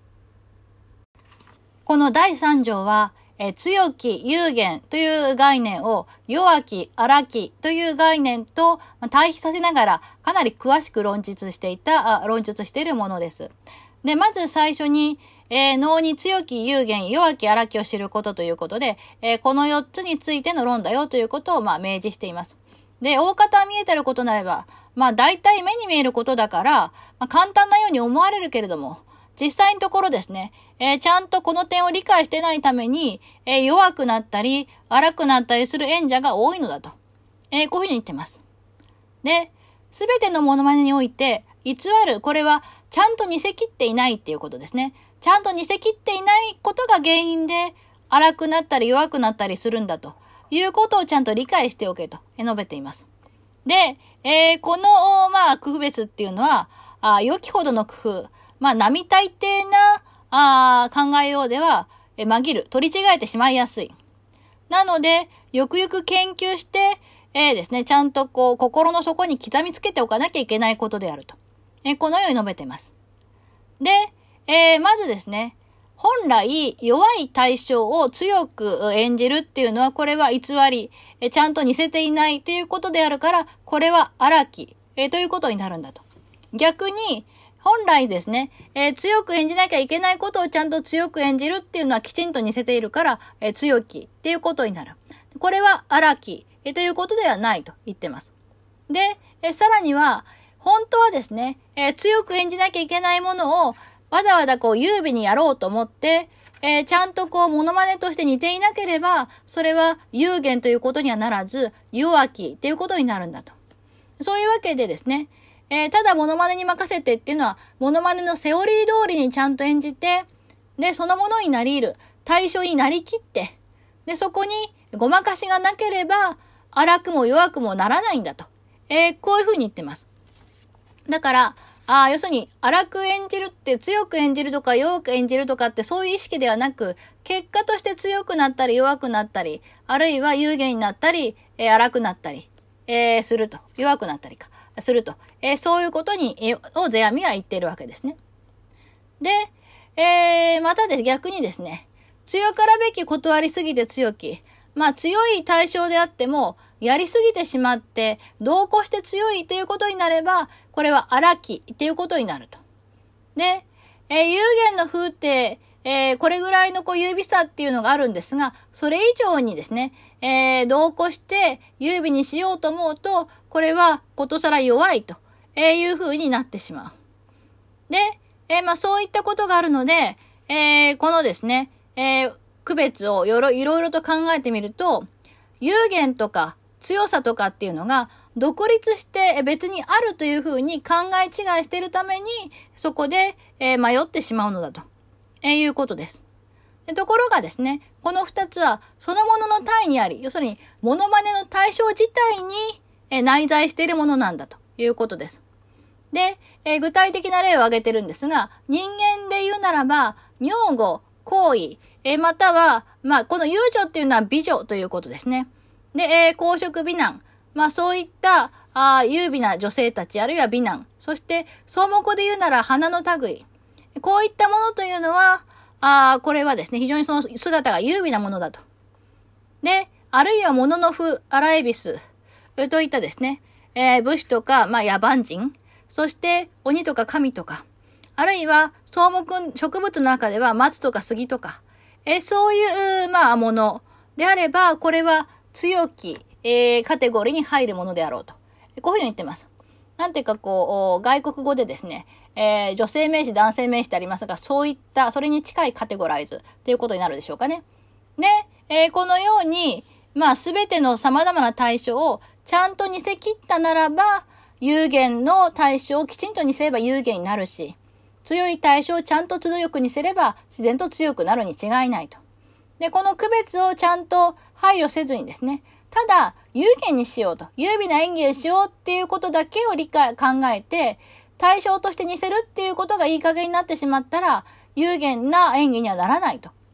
このだいさん条は、え強き、有限という概念を弱き、荒きという概念と対比させながらかなり詳しく論述していた、あ論述しているものです。で、まず最初に、えー、能に強き、有限、弱き、荒きを知ることということで、えー、このよっつについての論だよということをまあ明示しています。で、大方見えてることなれば、まあ大体目に見えることだから、まあ、簡単なように思われるけれども、実際のところですね、えー、ちゃんとこの点を理解してないために、えー、弱くなったり、荒くなったりする演者が多いのだと。えー、こういうふうに言ってます。で、すべてのモノマネにおいて、偽る、これはちゃんと似せ切っていないっていうことですね。ちゃんと似せ切っていないことが原因で、荒くなったり弱くなったりするんだということをちゃんと理解しておけと述べています。で、えー、この、まあ、区別っていうのは、あ良きほどの工夫、まあ、並大抵な、あ考えようでは、え、紛る、取り違えてしまいやすい。なので、よくよく研究して、えー、ですね、ちゃんとこう、心の底に刻みつけておかなきゃいけないことであると。えー、このように述べています。で、えー、まずですね、本来、弱い対象を強く演じるっていうのは、これは偽り、えー、ちゃんと似せていないということであるから、これは荒き、えー、ということになるんだと。逆に、本来ですね、えー、強く演じなきゃいけないことをちゃんと強く演じるっていうのはきちんと似せているから、えー、強きっていうことになる。これは荒き、えー、ということではないと言ってます。で、えー、さらには、本当はですね、えー、強く演じなきゃいけないものをわざわざこう優美にやろうと思って、えー、ちゃんとこうモノマネとして似ていなければ、それは有限ということにはならず、弱きっていうことになるんだと。そういうわけでですね、えー、ただモノマネに任せてっていうのは、モノマネのセオリー通りにちゃんと演じて、で、そのものになり得る、対象になりきって、で、そこにごまかしがなければ、荒くも弱くもならないんだと。えー、こういうふうに言ってます。だから、あ要するに、荒く演じるって強く演じるとか弱く演じるとかってそういう意識ではなく、結果として強くなったり弱くなったり、あるいは有限になったり、えー、荒くなったり、えー、すると。弱くなったりか。すると。えー、そういうことに、えー、を世阿弥は言っているわけですね。で、えー、またで逆にですね、強からべき断りすぎて強き。まあ強い対象であっても、やりすぎてしまって、同行して強いということになれば、これは荒きっていうことになると。で、えー、有限の風って、えー、これぐらいのこう優美さっていうのがあるんですが、それ以上にですね、えー、同行して優美にしようと思うと、これはことさら弱いという風になってしまう。で、えー、まあそういったことがあるので、えー、このですね、えー、区別をいろいろと考えてみると、有限とか強さとかっていうのが独立して別にあるという風に考え違いしているために、そこで、えー、迷ってしまうのだと、えー、いうことです。ところがですね、この二つはそのものの体にあり、要するにモノマネの対象自体に、えー、内在しているものなんだということです。で、えー、具体的な例を挙げてるんですが、人間で言うならば、女語、行為、えー、または、まあ、この遊女っていうのは美女ということですね。で、えー、公職美男。まあ、そういった、あ優美な女性たち、あるいは美男。そして、草木で言うなら花の類。こういったものというのは、あこれはですね、非常にその姿が優美なものだと。で、あるいは物の風、荒恵比寿といったですね、えー、武士とか、まあ、野蛮人。そして、鬼とか神とか。あるいは、草木、植物の中では松とか杉とか。えー、そういう、まあ、ものであれば、これは強き、えー、カテゴリーに入るものであろうと。こういうふうに言ってます。なんていうか、こう、外国語でですね、えー、女性名詞、男性名詞ってありますが、そういった、それに近いカテゴライズっていうことになるでしょうかね。で、えー、このように、まあ、すべての様々な対象をちゃんと似せ切ったならば、有限の対象をきちんと似せれば有限になるし、強い対象をちゃんと強く似せれば自然と強くなるに違いないと。で、この区別をちゃんと配慮せずにですね、ただ有限にしようと、優美な演技をしようっていうことだけを理解、考えて、対象として似せるっていうことがいい加減になってしまったら、有限な演技にはならないと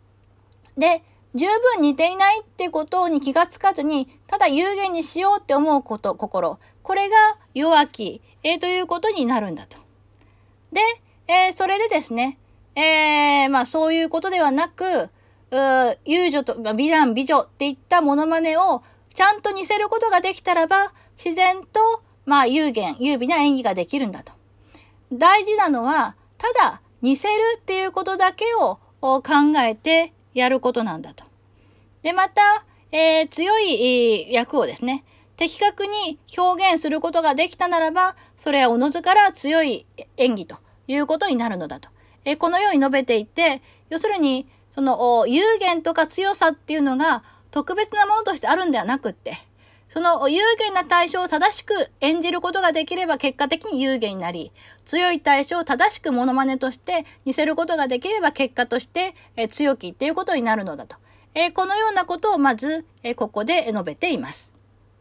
で、十分似ていないってことに気がつかずに、ただ有限にしようって思うこと、心。これが弱気、えー、ということになるんだと。で、えー、それでですね、えー、まあそういうことではなく、う遊女と、美男美女っていったモノマネをちゃんと似せることができたらば、自然と、まあ有限、優美な演技ができるんだと。大事なのは、ただ似せるっていうことだけを考えてやることなんだと。で、また、えー、強い、えー、役をですね、的確に表現することができたならば、それはおのずから強い演技ということになるのだと。えー、このように述べていて、要するに、その、有限とか強さっていうのが特別なものとしてあるんではなくって、その有限な対象を正しく演じることができれば結果的に有限になり、強い対象を正しくモノマネとして似せることができれば結果として、えー、強気っていうことになるのだと。えー、このようなことをまず、えー、ここで述べています。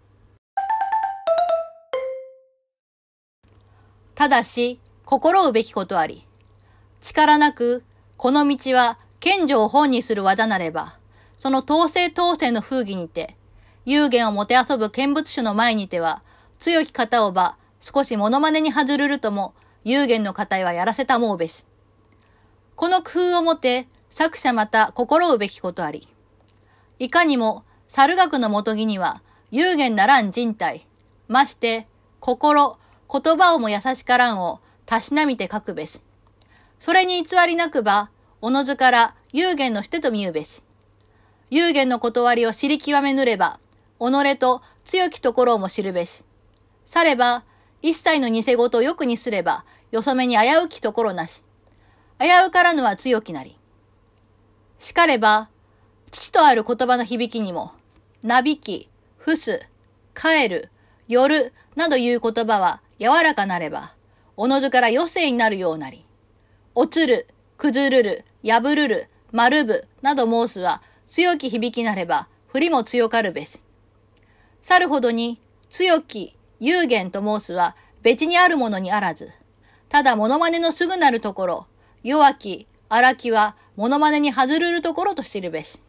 ただし、心うべきことあり。力なく、この道は賢者を本にする技なれば、その統制統制の風儀にて、有限をもてあそぶ見物種の前にては、強き方をば、少しモノマネに外るるとも、有限の方はやらせたもうべし。この工夫をもて、作者また心うべきことあり。いかにも、猿学の元木には、有限ならん人体、まして、心、言葉をも優しからんを、たしなみて書くべし。それに偽りなくば、おのずから有限のしてと見うべし。有限の断りを知り極めぬれば、己と強きところをも知るべし。されば、一切の偽事をよくにすれば、よそめに危うきところなし。危うからぬは強きなり。しかれば、父とある言葉の響きにも、なびき、伏す、帰る、寄る、などいう言葉は柔らかなれば、おのずから余生になるようなり。落ちる、崩るる、破るる、丸ぶ、など申すは、強き響きなれば、振りも強かるべし。さるほどに、強き、有限と申すは、別にあるものにあらず、ただモノマネのすぐなるところ、弱き、荒きは、モノマネに外るるところと知るべし。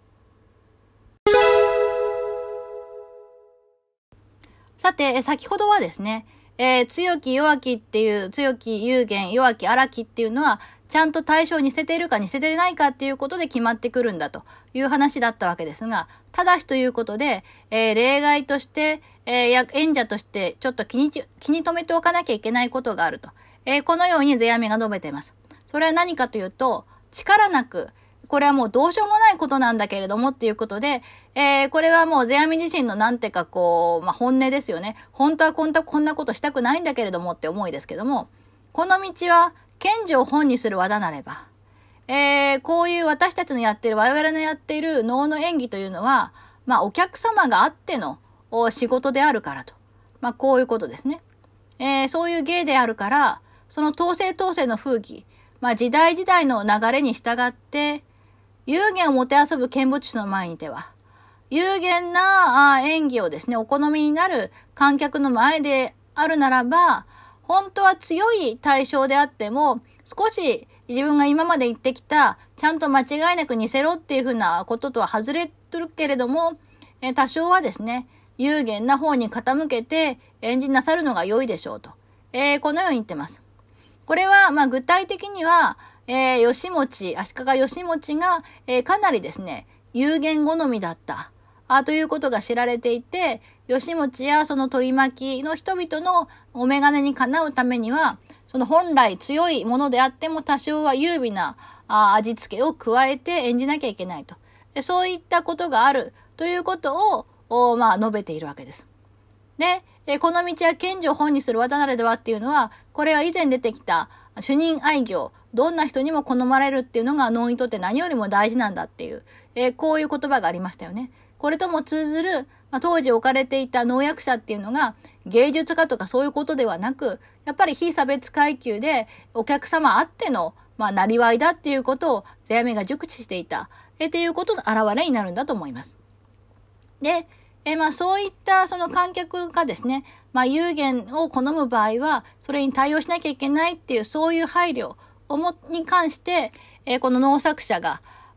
さて、先ほどはですね、えー、強き弱きっていう、強き有限、弱き荒きっていうのは、ちゃんと対象に似せているか似せていないかっていうことで決まってくるんだという話だったわけですが、ただしということで、えー、例外として、えー、演者としてちょっと気に、気に留めておかなきゃいけないことがあると。えー、このように世阿弥が述べています。それは何かというと、力なく、これはもうどうしようもないことなんだけれどもっていうことで、えー、これはもう世阿弥自身のなんてかこう、まあ、本音ですよね。本当はこんな、こんなことしたくないんだけれどもって思いですけども、この道は賢者を本にする技なれば、えー、こういう私たちのやってる、我々のやっている能の演技というのは、まあお客様があっての仕事であるからと。まあこういうことですね。えー、そういう芸であるから、その統制統制の風紀、まあ時代時代の流れに従って、有限をもてあそぶ見物種の前にては、有限な演技をですね、お好みになる観客の前であるならば、本当は強い対象であっても、少し自分が今まで言ってきた、ちゃんと間違いなく似せろっていうふうなこととは外れてるけれども、え多少はですね、有限な方に傾けて演じなさるのが良いでしょうと。えー、このように言ってます。これは、まあ具体的には、えー、吉持、足利義持が、えー、かなりですね、有限好みだった。あということが知られていて、吉持やその取り巻きの人々のお眼鏡にかなうためには、その本来強いものであっても多少は優美なあ味付けを加えて演じなきゃいけないと。でそういったことがあるということを、まあ、述べているわけです。で、えこの道は賢者を本にする技なれではっていうのは、これは以前出てきた主任愛行、どんな人にも好まれるっていうのが能にとって何よりも大事なんだっていう、えー、こういう言葉がありましたよね。これとも通ずる、まあ、当時置かれていた能役者っていうのが芸術家とかそういうことではなく、やっぱり非差別階級でお客様あっての、まあ、なりわいだっていうことを世阿弥が熟知していた、えー、っていうことの表れになるんだと思います。で、えー、まあそういったその観客がですね、まあ有限を好む場合は、それに対応しなきゃいけないっていうそういう配慮をもに関して、えー、この能作者が、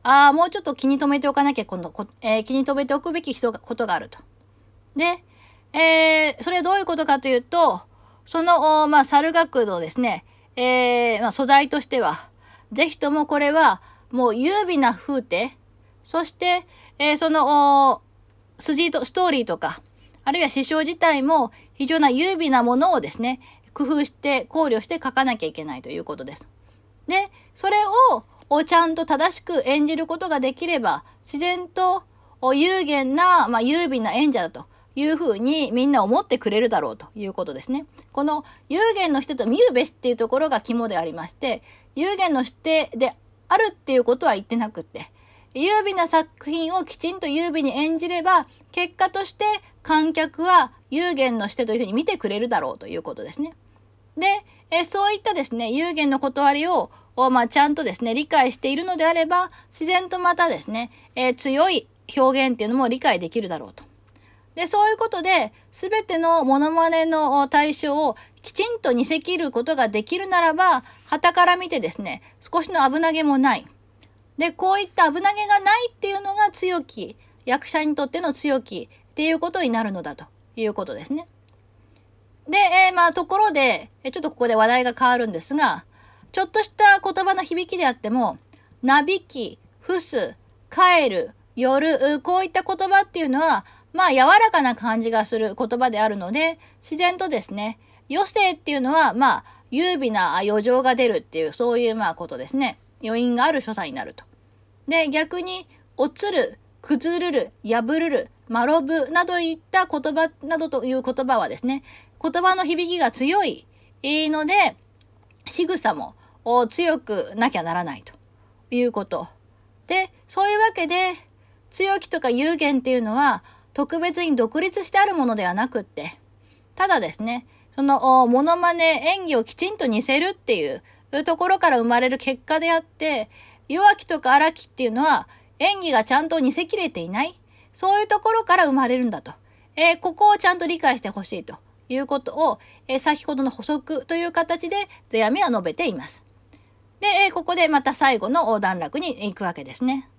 ああ、もうちょっと気に留めておかなきゃ、今度、えー、気に留めておくべき人がことがあると。で、えー、それはどういうことかというと、その、まあ、猿楽のですね、えー、まあ、素材としては、ぜひともこれは、もう優美な風景、そして、えー、その、筋と、ストーリーとか、あるいは詩章自体も非常な優美なものをですね、工夫して考慮して書かなきゃいけないということです。で、それをちゃんと正しく演じることができれば、自然と有限な、まあ、優美な演者だというふうにみんな思ってくれるだろうということですね。この有限の人と見るべしっていうところが肝でありまして、有限の人であるっていうことは言ってなくって、優美な作品をきちんと優美に演じれば、結果として観客は有限のしてというふうに見てくれるだろうということですね。で、えそういったですね、有限の断りを、まあ、ちゃんとですね、理解しているのであれば、自然とまたですね、えー、強い表現っていうのも理解できるだろうと。で、そういうことで、すべてのモノマネの対象をきちんと似せ切ることができるならば、傍から見てですね、少しの危なげもない。で、こういった危なげがないっていうのが強気、役者にとっての強気っていうことになるのだということですね。で、えー、まあ、ところで、ちょっとここで話題が変わるんですが、ちょっとした言葉の響きであっても、なびき、伏す、帰る、寄る、こういった言葉っていうのは、まあ、柔らかな感じがする言葉であるので、自然とですね、余生っていうのは、まあ、優美な余剰が出るっていう、そういうまあことですね。余韻がある所作になると。で、逆に、おつる、崩るる、破るる、まろぶなどいった言葉などという言葉はですね、言葉の響きが強いので、仕草も強くなきゃならないということ。で、そういうわけで、強気とか有限っていうのは、特別に独立してあるものではなくって、ただですね、その、モノマネ演技をきちんと似せるっていうところから生まれる結果であって、弱気とか荒気っていうのは、演技がちゃんと似せきれていない。そういうところから生まれるんだと。えー、ここをちゃんと理解してほしいということを、えー、先ほどの補足という形で、世阿弥は述べています。で、えー、ここでまた最後の段落に行くわけですね。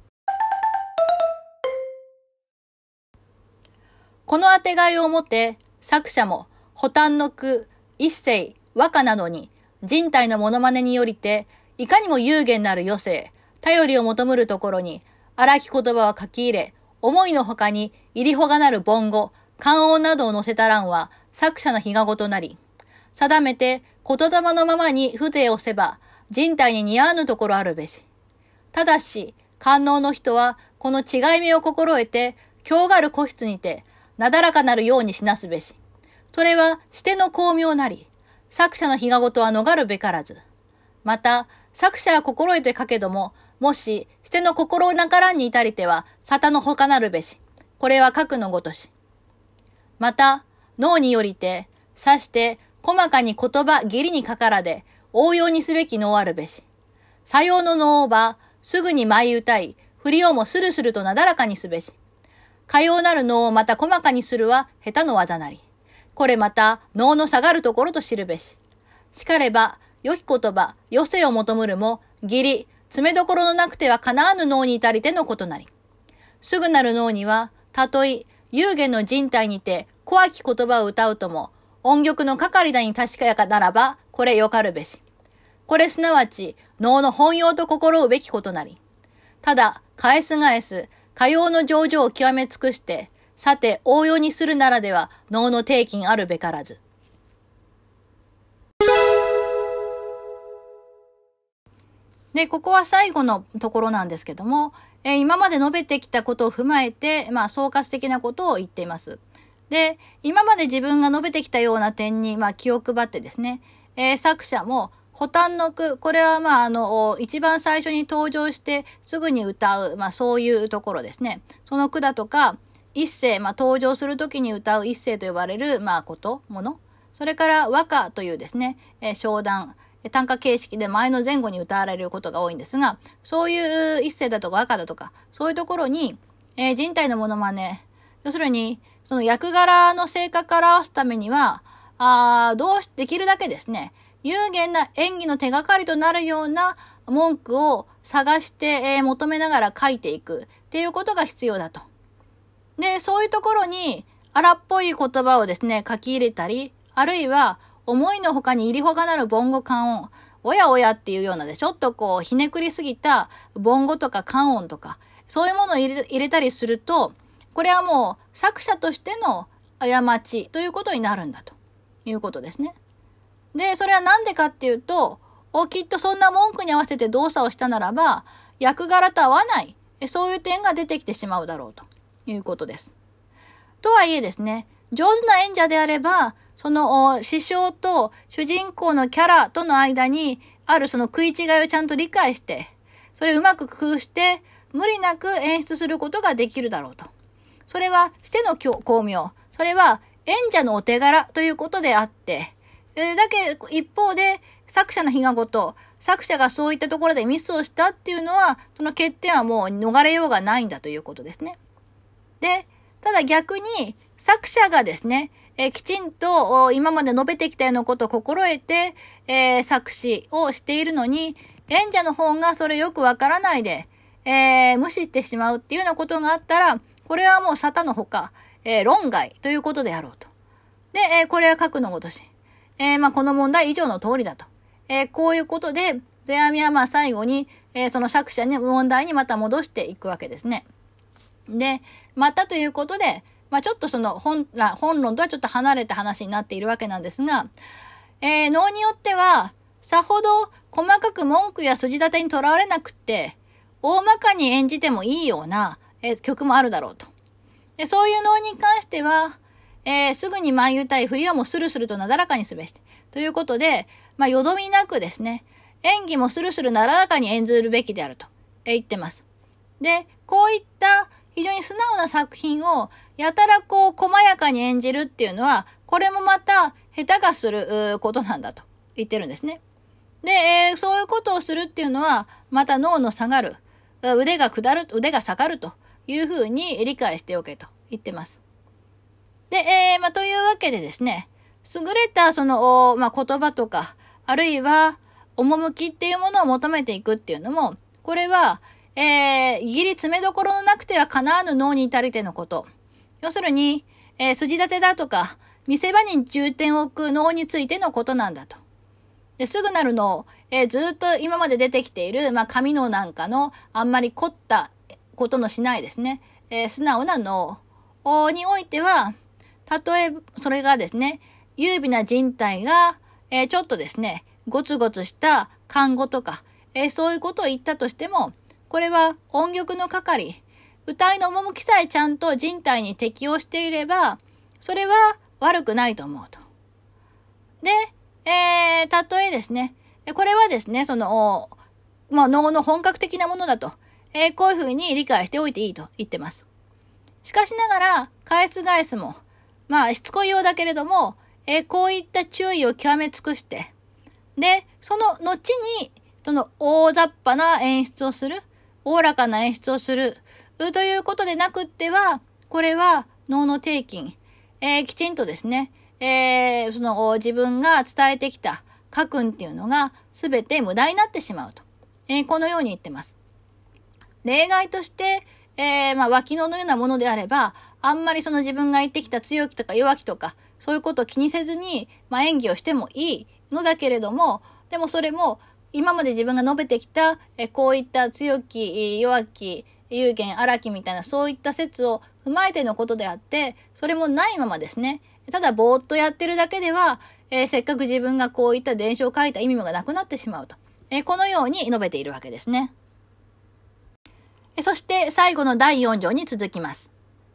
この当てがいをもって、作者も、補単の句、一世、和歌などに、人体のモノマネによりて、いかにも有限なる余生、頼りを求むるところに、荒き言葉を書き入れ、思いのほかに、入りほがなる凡語、漢音などを載せた欄は、作者の日がごとなり、定めて、言霊のままに筆をせば、人体に似合わぬところあるべし。ただし、官能の人は、この違い目を心得て、強がる個室にて、なだらかなるようにしなすべし。それは、しての巧妙なり、作者の日がごとは逃るべからず。また、作者は心得て書けども、もし、しての心なからんに至りては、沙汰のほかなるべし。これは書くのごとし。また、脳によりて、さして、細かに言葉義理にかからで、応用にすべき脳あるべし。さようの脳をば、すぐに舞い歌い、振りをもスルスルとなだらかにすべし。かようなる脳をまた細かにするは、下手の技なり。これまた、脳の下がるところと知るべし。しかれば、良き言葉、余生を求むるも、義理、詰めどころのなくては叶わぬ脳に至りてのことなり。すぐなる脳には、たとえ、有限の人体にて、怖き言葉を歌うとも、音曲のかかりだに確かやかならば、これよかるべし。これすなわち、脳の本用と心うべきことなり。ただ、返す返す、かようの情状を極め尽くして、さて応用にするならでは、脳の定金あるべからず。で、ここは最後のところなんですけども、えー、今まで述べてきたことを踏まえて、まあ、総括的なことを言っています。で、今まで自分が述べてきたような点に、まあ、気を配ってですね、えー、作者も、補単の句、これはまあ、あの、一番最初に登場してすぐに歌う、まあ、そういうところですね。その句だとか、一世、まあ、登場するときに歌う一世と呼ばれる、まあ、こと、もの。それから、和歌というですね、えー、唱談。短歌形式で前の前後に歌われることが多いんですが、そういう一世だとか和歌だとか、そういうところに、えー、人体のモノマネ、要するに、その役柄の性格から合わすためには、あどうし、できるだけですね、 有限な演技の手がかりとなるような文句を探して、えー、求めながら書いていくっていうことが必要だと。で、そういうところに荒っぽい言葉をですね、書き入れたり、あるいは思いのほかに入りほかなる凡語漢音、おやおやっていうようなで、ちょっとこうひねくりすぎた凡語とか漢音とか、そういうものを入れ、入れたりすると、これはもう作者としての過ちということになるんだということですね。で、それはなんでかっていうと、おきっとそんな文句に合わせて動作をしたならば、役柄と合わない、そういう点が出てきてしまうだろうということです。とはいえですね、上手な演者であれば、その師匠と主人公のキャラとの間にあるその食い違いをちゃんと理解して、それをうまく工夫して、無理なく演出することができるだろうと。それはしての巧妙。それは演者のお手柄ということであって、えー、だけ一方で作者の非我事、作者がそういったところでミスをしたっていうのは、その欠点はもう逃れようがないんだということですね。で、ただ逆に作者がですね、えー、きちんと今まで述べてきたようなことを心得て、えー、作詞をしているのに、演者の方がそれよくわからないで、えー、無視してしまうっていうようなことがあったら、これはもう沙汰のほか、えー、論外ということであろうと。で、えー、これは格のごとし。えー、まあ、この問題以上の通りだと。えー、こういうことで、世阿弥はまあ最後に、えー、その作者に問題にまた戻していくわけですね。で、またということで、まあ、ちょっとその本、本論とはちょっと離れた話になっているわけなんですが、えー、能によっては、さほど細かく文句や筋立てにとらわれなくって、大まかに演じてもいいような、えー、曲もあるだろうと。で、そういう能に関しては、えー、すぐに舞い歌い振りはもうスルスルとなだらかにすべし。ということで、まあ、よどみなくですね、演技もスルスルなだらかに演ずるべきであると、えー、言ってます。で、こういった非常に素直な作品をやたらこう細やかに演じるっていうのは、これもまた下手がすることなんだと言ってるんですね。で、えー、そういうことをするっていうのは、また脳の下がる、腕が下る、腕が下がるというふうに理解しておけと言ってます。で、えー、まあ、というわけでですね、優れたその、まあ、言葉とか、あるいは、趣っていうものを求めていくっていうのも、これは、えー、義理詰めどころのなくては叶わぬ能に至りてのこと。要するに、えー、筋立てだとか、見せ場に重点を置く能についてのことなんだと。で、すぐなる能、えー、ずっと今まで出てきている、まあ、神能なんかの、あんまり凝ったことのしないですね、えー、素直な能においては、たとえ、それがですね、優美な人体が、えー、ちょっとですね、ゴツゴツした看護とか、えー、そういうことを言ったとしても、これは音曲の係、歌いの趣さえちゃんと人体に適応していれば、それは悪くないと思うと。で、えー、たとえですね、これはですね、その、まあ、能の本格的なものだと、えー、こういうふうに理解しておいていいと言ってます。しかしながら、返す返すも、まあ、しつこいようだけれども、えー、こういった注意を極め尽くして、で、その後に、その大雑把な演出をする、おおらかな演出をする、ということでなくっては、これは能の定勤、えー、きちんとですね、えー、その自分が伝えてきた家訓っていうのが全て無駄になってしまうと、えー、このように言ってます。例外として、えー、まあ、脇能のようなものであれば、あんまりその自分が言ってきた強気とか弱気とか、そういうことを気にせずに、まあ、演技をしてもいいのだけれども、でもそれも、今まで自分が述べてきた、えこういった強気、弱気、有限、荒気みたいな、そういった説を踏まえてのことであって、それもないままですね。ただ、ぼーっとやってるだけでは、えー、せっかく自分がこういった伝承を書いた意味がなくなってしまうと。えー、このように述べているわけですね。えー、そして、最後のだいよん条に続きます。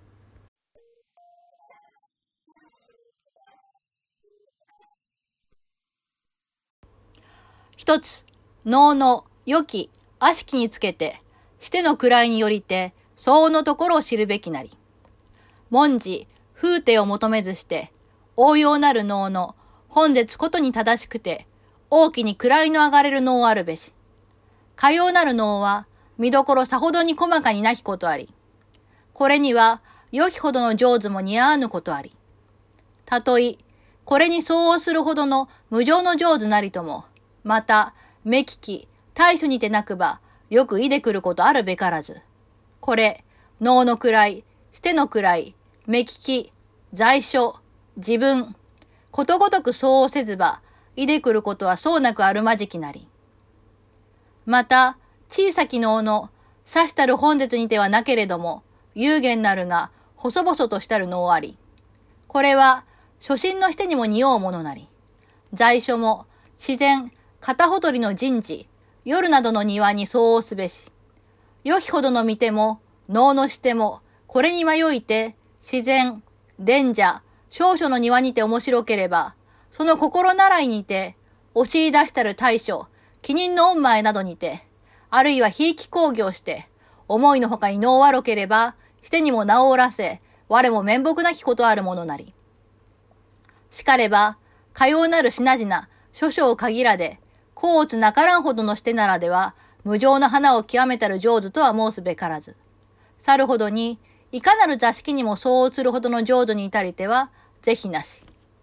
一つ、能の良き悪しきにつけて、しての位によりて、相応のところを知るべきなり。文字、風体を求めずして、応用なる能の本日ことに正しくて、大きに位の上がれる能あるべし。かようなる能は、見どころさほどに細かになきことあり。これには、良きほどの上手も似合わぬことあり。たとえ、 これに相応するほどの無常の上手なりとも、また、目利き、対処にてなくば、よくいでくることあるべからず。これ、能の位、捨ての位、目利き、在所、自分、ことごとく相応せずば、いでくることはそうなくあるまじきなり。また、小さき能の、さしたる本日にてはなけれども、有限なるが、細々としたる能あり。これは、初心のしてにも似合うものなり。在所も、自然、片ほとりの人事、夜などの庭に相応すべし。良きほどの見ても、能のしても、これに迷いて、自然、伝者、少々の庭にて面白ければ、その心習いにて、押し出したる大将、記人の恩前などにて、あるいはひいき工業して、思いのほかに能悪ければ、してにも名をおらせ、我も面目なきことあるものなり。しかれば、かようなる品々、諸々を限らで、甲乙なからんほどのしてならでは、無常の花を極めたる上手とは申すべからず。さるほどに、いかなる座敷にも相応するほどの上手に至りては、是非なし。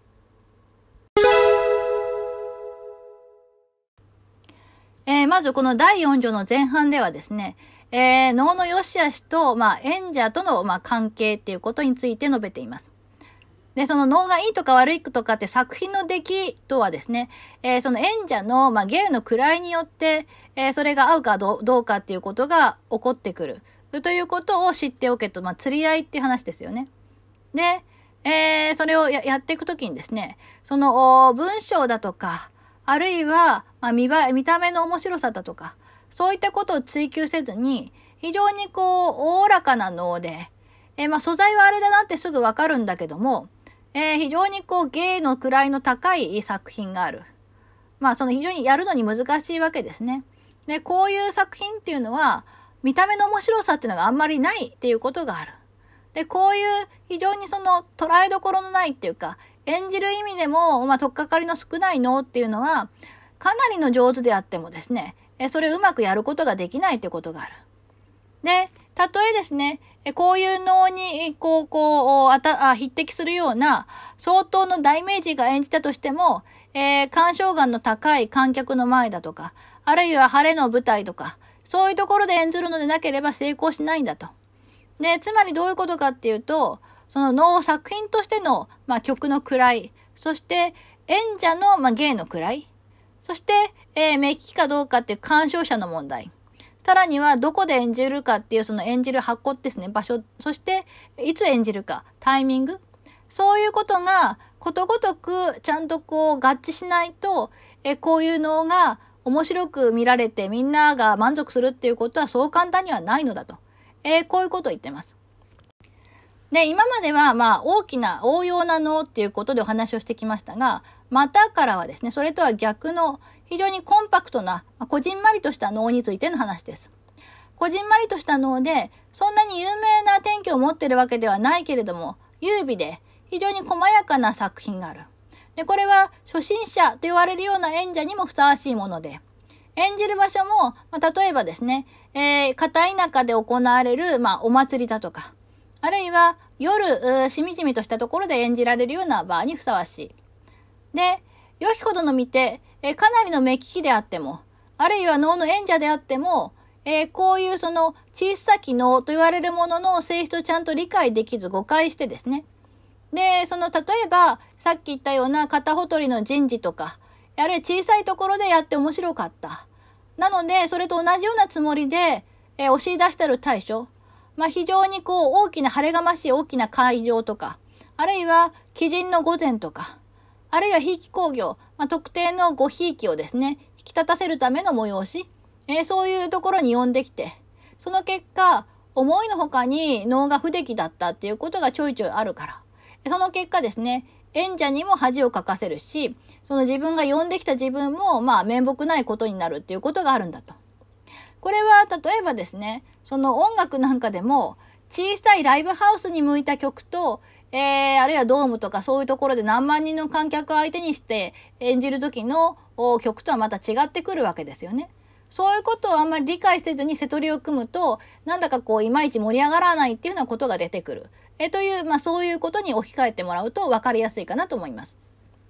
えー、まずこのだいよん条の前半ではですね、えー、能の良し悪しと、まあ、演者との、まあ、関係っていうことについて述べています。で、その能がいいとか悪いとかって作品の出来とはですね、えー、その演者の、まあ、芸の位によって、えー、それが合うかどうかっていうことが起こってくる。ということを知っておけと、まあ、釣り合いっていう話ですよね。で、えー、それを や, やっていくときにですね、その文章だとか、あるいは、まあ、見ば見た目の面白さだとか、そういったことを追求せずに、非常にこう、おおらかな能で、えー、まあ、素材はあれだなってすぐわかるんだけども、えー、非常にこう、芸の位の高い作品がある。まあ、その非常にやるのに難しいわけですね。で、こういう作品っていうのは、見た目の面白さっていうのがあんまりないっていうことがある。で、こういう非常にその捉えどころのないっていうか、演じる意味でも、まあ、取っかかりの少ない能っていうのは、かなりの上手であってもですね、えそれをうまくやることができないってことがある。で、たとえですね、こういう能に、こう、こう、あた、あ、匹敵するような、相当の大名人が演じたとしても、えー、鑑賞眼の高い観客の前だとか、あるいは晴れの舞台とか、そういうところで演ずるのでなければ成功しないんだと。で、つまりどういうことかっていうと、その能作品としての、まあ、曲の位、そして演者の、まあ、芸の位、そして、えー、目利きかどうかっていう鑑賞者の問題。さらにはどこで演じるかっていうその演じる箱ですね、場所、そしていつ演じるか、タイミング。そういうことがことごとくちゃんとこう合致しないと、えこういう能が面白く見られてみんなが満足するっていうことはそう簡単にはないのだと。えー、こういうことを言ってます。で、今まではまあ大きな応用な能っていうことでお話をしてきましたが、またからはですね、それとは逆の非常にコンパクトな、こじんまりとした能についての話です。こじんまりとした能で、そんなに有名な典拠を持っているわけではないけれども、優美で非常に細やかな作品がある。で、これは初心者と言われるような演者にもふさわしいもので、演じる場所も、まあ、例えばですね、えー、片田舎で行われる、まあ、お祭りだとか、あるいは夜、しみじみとしたところで演じられるような場にふさわしい。で、よきほどの見て、えー、かなりの目利きであっても、あるいは能の演者であっても、えー、こういうその小さき能と言われるものの性質をちゃんと理解できず誤解してですね。で、その例えば、さっき言ったような肩ほとりの人事とか、あるいは小さいところでやって面白かった。なので、それと同じようなつもりで、えー、押し出してる対処。まあ、非常にこう、大きな晴れがましい大きな会場とか、あるいは、貴人の御前とか、あるいは、ひいき工業、まあ、特定のごひいきをですね、引き立たせるための催し、えー、そういうところに呼んできて、その結果、思いのほかに能が不出来だったっていうことがちょいちょいあるから。その結果ですね、演者にも恥をかかせるし、その自分が呼んできた自分も、まあ、面目ないことになるっていうことがあるんだと。これは、例えばですね、その音楽なんかでも、小さいライブハウスに向いた曲と、えー、あるいはドームとかそういうところで何万人の観客を相手にして演じる時の曲とはまた違ってくるわけですよね。そういうことをあんまり理解せずに瀬取りを組むと、なんだかこう、いまいち盛り上がらないっていうようなことが出てくる。えという、まあそういうことに置き換えてもらうと分かりやすいかなと思います。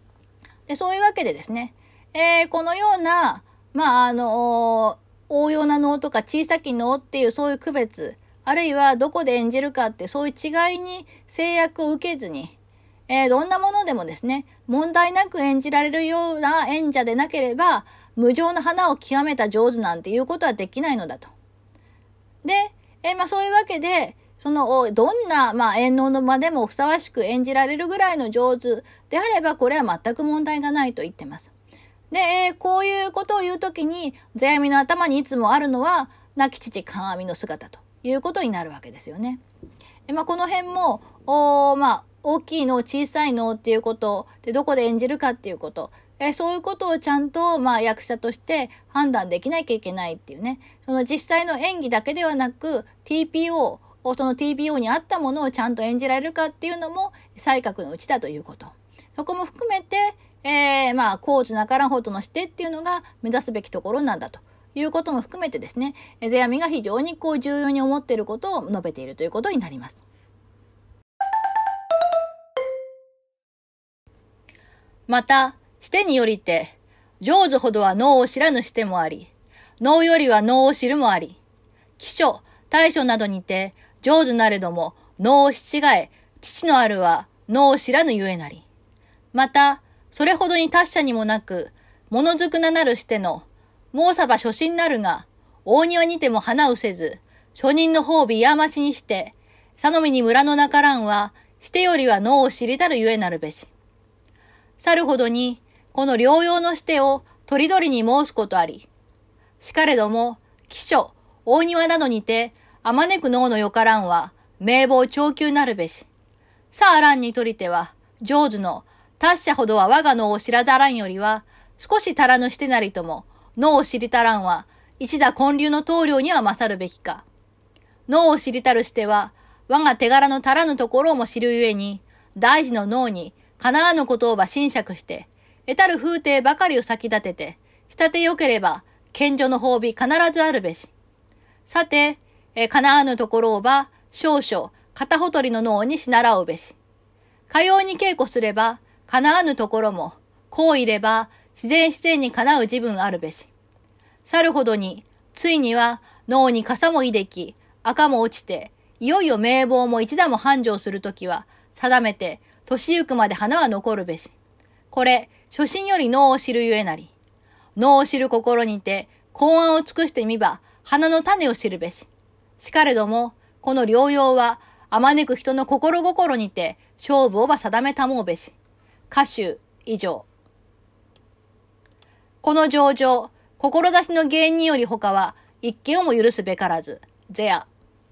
で、そういうわけでですね、えー、このような、まあ、あの、応用な能とか小さき能っていうそういう区別、あるいはどこで演じるかってそういう違いに制約を受けずに、えー、どんなものでもですね、問題なく演じられるような演者でなければ、無常の花を極めた上手なんていうことはできないのだと。で、えー、まあそういうわけで、その、どんな、まあ、演能の間でもふさわしく演じられるぐらいの上手であれば、これは全く問題がないと言ってます。で、えー、こういうことを言うときに、世阿弥の頭にいつもあるのは、亡き父観阿弥の姿ということになるわけですよね。えまあ、この辺も、おまあ、大きいの、小さいのっていうこと、で、どこで演じるかっていうこと、えー、そういうことをちゃんと、まあ、役者として判断できなきゃいけないっていうね。その実際の演技だけではなく、ティーピーオー、その ティーピーオー に合ったものをちゃんと演じられるかっていうのも、才覚のうちだということ。そこも含めて、えー、まあ、高知なからんほどのしてっていうのが目指すべきところなんだということも含めてですね、世阿弥が非常にこう重要に思っていることを述べているということになります。また、してによりて、上手ほどは能を知らぬしてもあり、能よりは能を知るもあり、起書、大書などにて、上手なれども、能をし違え、父のあるは能を知らぬゆえなり。また、それほどに達者にもなく、物づくななるしての、もうさば初心なるが、大庭にても花うせず、初任の褒美やましにして、さのみに村のなからんは、してよりは能を知りたるゆえなるべし。さるほどに、この療養のしてを、とりどりに申すことあり。しかれども、起書、大庭などにて、あまねく能のよからんは、名簿長久なるべし。さあらんにとりては、上手の、達者ほどは我が能を知らざらんよりは、少し足らぬしてなりとも、能を知りたらんは、一打建立の棟梁には勝るべきか。能を知りたるしては、我が手柄の足らぬところをも知るゆえに、大事の能に、かなわぬことをば侵釈して、得たる風体ばかりを先立てて、仕立てよければ、賢女の褒美必ずあるべし。さて、えかなわぬところをば、少々、片ほとりの能にしならうべし。かように稽古すれば、かなわぬところも、こういれば、自然自然にかなう自分あるべし。さるほどに、ついには、脳に傘もいでき、赤も落ちて、いよいよ名簿も一打も繁盛するときは、定めて、年ゆくまで花は残るべし。これ、初心より脳を知るゆえなり。脳を知る心にて、公安を尽くしてみば、花の種を知るべし。しかれども、この療養は、あまねく人の心心にて、勝負をば定めたもうべし。歌集、以上。この上場、志の原因により他は、一見をも許すべからず、ゼア。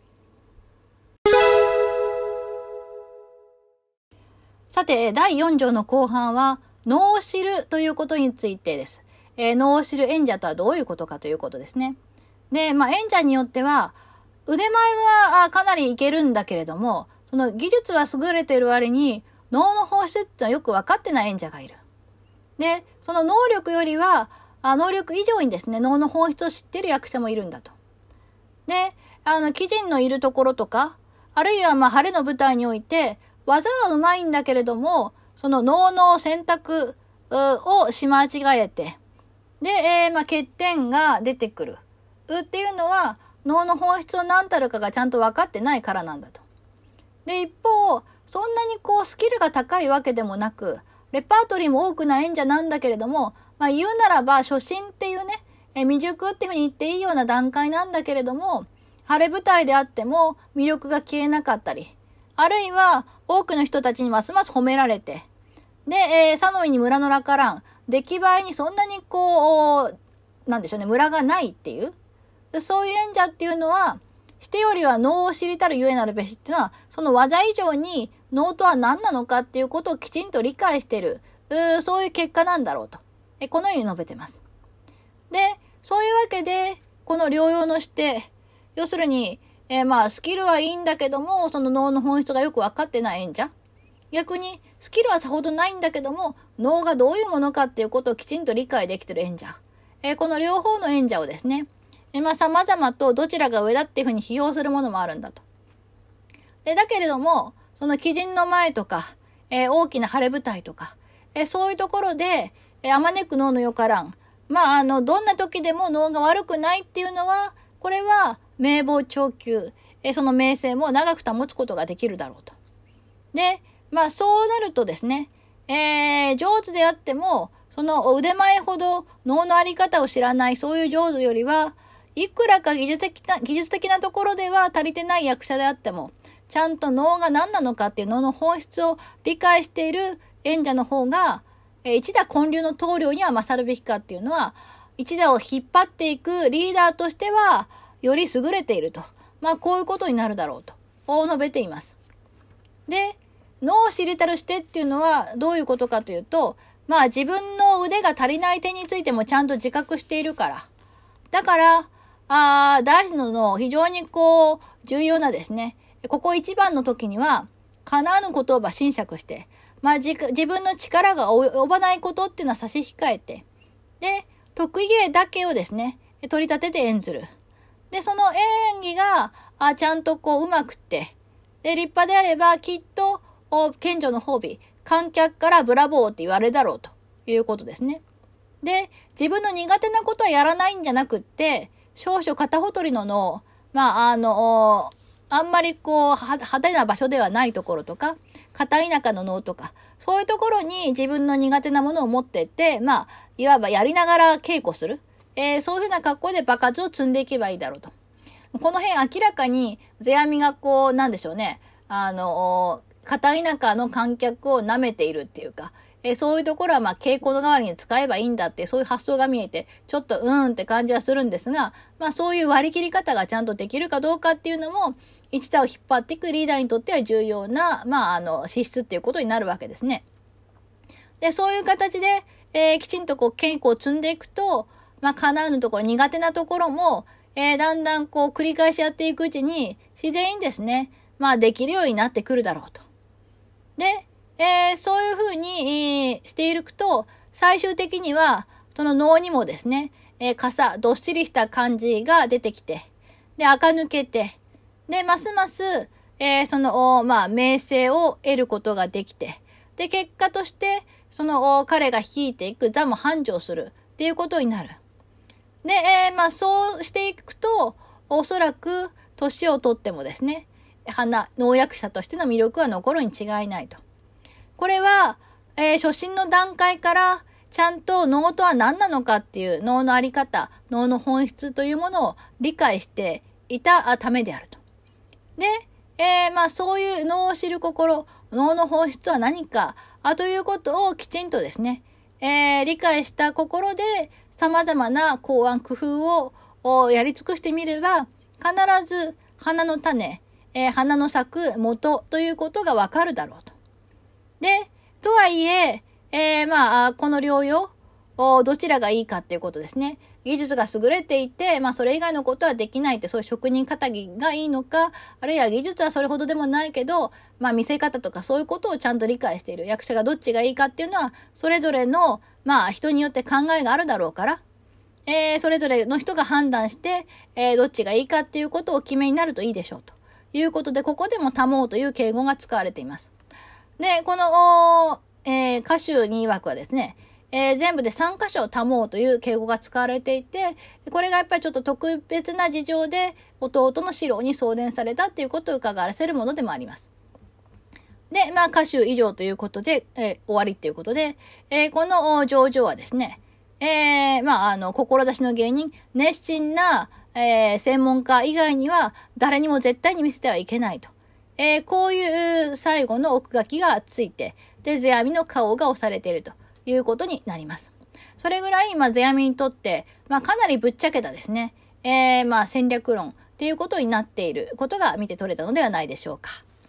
さて、だいよん条の後半は、能を知るということについてです。えー、能を知る演者とはどういうことかということですね。で、まあ、演者によっては、腕前はかなりいけるんだけれども、その技術は優れている割に、能の本質ってのはよく分かってない演者がいる。で、その能力よりは、あ能力以上にですね、能の本質を知っている役者もいるんだと。で、あの、貴人のいるところとか、あるいはまあ、晴れの舞台において、技は上手いんだけれども、その能の選択をし間違えて、で、えー、まあ、欠点が出てくる。っていうのは、能の本質を何たるかがちゃんと分かってないからなんだと。で、一方、そんなにこう、スキルが高いわけでもなく、レパートリーも多くない演者なんだけれども、まあ、言うならば、初心っていうね、え未熟っていうふうに言っていいような段階なんだけれども、晴れ舞台であっても魅力が消えなかったり、あるいは多くの人たちにますます褒められて、で、えー、佐野に村のらからん、出来栄えにそんなにこう、なんでしょうね、ムラがないっていう、そういう演者っていうのは、してよりは能を知りたるゆえなるべしっていうのは、その技以上に能とは何なのかっていうことをきちんと理解している、うそういう結果なんだろうと。えこのように述べてます。で、そういうわけで、この療養のして、要するに、えー、まあ、スキルはいいんだけども、その能の本質がよくわかってない演者。逆に、スキルはさほどないんだけども、能がどういうものかっていうことをきちんと理解できてる演者。えー、この両方の演者をですね、えー、まあ、様々とどちらが上だっていうふうに批評するものもあるんだと。で、だけれども、その貴人の前とか、えー、大きな晴れ舞台とか、 えそういうところで、えあまねく脳のよからん。まあ、あの、どんな時でも脳が悪くないっていうのは、これは名望長久、えその名声も長く保つことができるだろうと。で、まあそうなるとですね、えー、上手であっても、その腕前ほど脳のあり方を知らないそういう上手よりは、いくらか技術的な、技術的なところでは足りてない役者であっても、ちゃんと脳が何なのかっていう脳の本質を理解している演者の方が、えー、一打建立の棟梁には勝るべきかっていうのは、一打を引っ張っていくリーダーとしては、より優れていると。まあこういうことになるだろうと、述べています。で、脳を知りたるしてっていうのはどういうことかというと、まあ自分の腕が足りない点についてもちゃんと自覚しているから。だから、あ大事なの非常にこう、重要なですね、ここ一番の時には、叶わぬことをば侵釈して、まあ自分の力が及ばないことっていうのは差し控えて、で、得意芸だけをですね、取り立てて演ずる。で、その演技が、あちゃんとこう、うまくって、で、立派であれば、きっと、賢者の褒美、観客からブラボーって言われるだろうということですね。で、自分の苦手なことはやらないんじゃなくって、少々肩ほとりの脳、まあ、あの、あんまりこう、派手な場所ではないところとか、片田舎の脳とか、そういうところに自分の苦手なものを持ってって、まあ、いわばやりながら稽古する。えー、そういうふうな格好で場数を積んでいけばいいだろうと。この辺明らかに、世阿弥がこう、なんでしょうね。あの、片田舎の観客を舐めているっていうか、えー、そういうところはまあ稽古の代わりに使えばいいんだって、そういう発想が見えて、ちょっとうーんって感じはするんですが、まあそういう割り切り方がちゃんとできるかどうかっていうのも、一打を引っ張っていくリーダーにとっては重要な、まああの、資質っていうことになるわけですね。で、そういう形で、えー、きちんとこう稽古を積んでいくと、まあ叶うのところ、苦手なところも、えー、だんだんこう繰り返しやっていくうちに、自然にですね、まあできるようになってくるだろうと。で、えー、そういうふうに、えー、していくと、最終的には、その脳にもですね、えー、かさ、どっしりした感じが出てきて、で、垢抜けて、で、ますます、えー、その、まあ、名声を得ることができて、で、結果として、その、彼が率いていく座も繁盛するっていうことになる。で、えー、まあ、そうしていくと、おそらく、年をとってもですね、花、能役者としての魅力は残るに違いないと。これは、えー、初心の段階から、ちゃんと能とは何なのかっていう能のあり方、能の本質というものを理解していたためであると。で、えー、まあそういう能を知る心、能の本質は何か、あということをきちんとですね、えー、理解した心で様々な考案工夫をやり尽くしてみれば、必ず花の種、えー、花の咲く元ということがわかるだろうと。で、とはいえ、えー、まあ、この療養、どちらがいいかっていうことですね。技術が優れていて、まあそれ以外のことはできないって、そういう職人肩着がいいのか、あるいは技術はそれほどでもないけど、まあ見せ方とかそういうことをちゃんと理解している役者がどっちがいいかっていうのは、それぞれの、まあ人によって考えがあるだろうから、えー、それぞれの人が判断して、えー、どっちがいいかっていうことをお決めになるといいでしょうということで、ここでも多毛という敬語が使われています。で、この、えー、歌集に曰くはですね、えー、全部でさん箇所多毛という敬語が使われていて、これがやっぱりちょっと特別な事情で弟の四郎に送電されたっていうことを伺わせるものでもあります。で、まあ歌集以上ということで、えー、終わりっていうことで、えー、この上場はですね、えー、まああの、志の芸人、熱心な、えー、専門家以外には誰にも絶対に見せてはいけないと。えー、こういう最後の奥書きがついて、で、世阿弥の顔が押されているということになります。それぐらい、まあ、世阿弥にとって、まあ、かなりぶっちゃけたですね、えー、まあ、戦略論っていうことになっていることが見て取れたのではないでしょうか。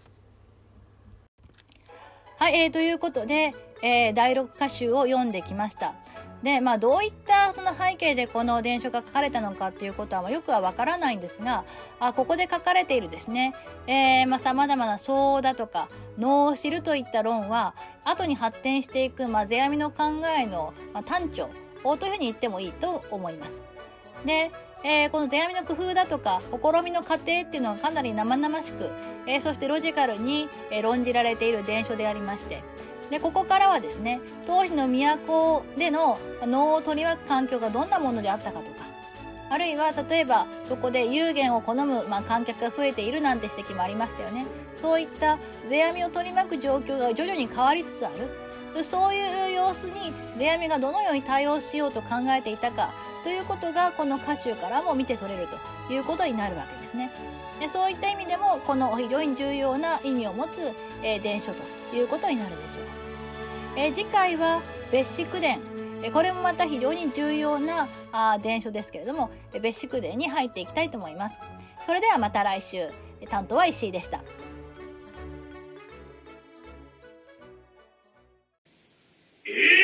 はい、えー、ということで、えー、だいろく歌集を読んできました。で、まあ、どういったその背景でこの伝書が書かれたのかっていうことは、まあ、よくはわからないんですが、あ、ここで書かれているですね、えー、まあ、様々な相だとか、能を知るといった論は、後に発展していく、まあ、世阿弥の考えの、まあ、端緒というふうに言ってもいいと思います。で、えー、この世阿弥の工夫だとか、試みの過程っていうのはかなり生々しく、えー、そしてロジカルに、えー、論じられている伝書でありまして、 で、ここからはですね、当時の都での能を取り巻く環境がどんなものであったかとか、あるいは例えばそこで幽玄を好む、まあ、観客が増えているなんて指摘もありましたよね。そういった世阿弥を取り巻く状況が徐々に変わりつつある。でそういう様子に世阿弥がどのように対応しようと考えていたかということがこの歌集からも見て取れるということになるわけですね。でそういった意味でもこの非常に重要な意味を持つ、えー、伝書ということになるでしょう。えー、次回は別紙句伝、えー、これもまた非常に重要なあ伝書ですけれども、えー、別紙句伝に入っていきたいと思います。それではまた来週。担当は石井でした。 えー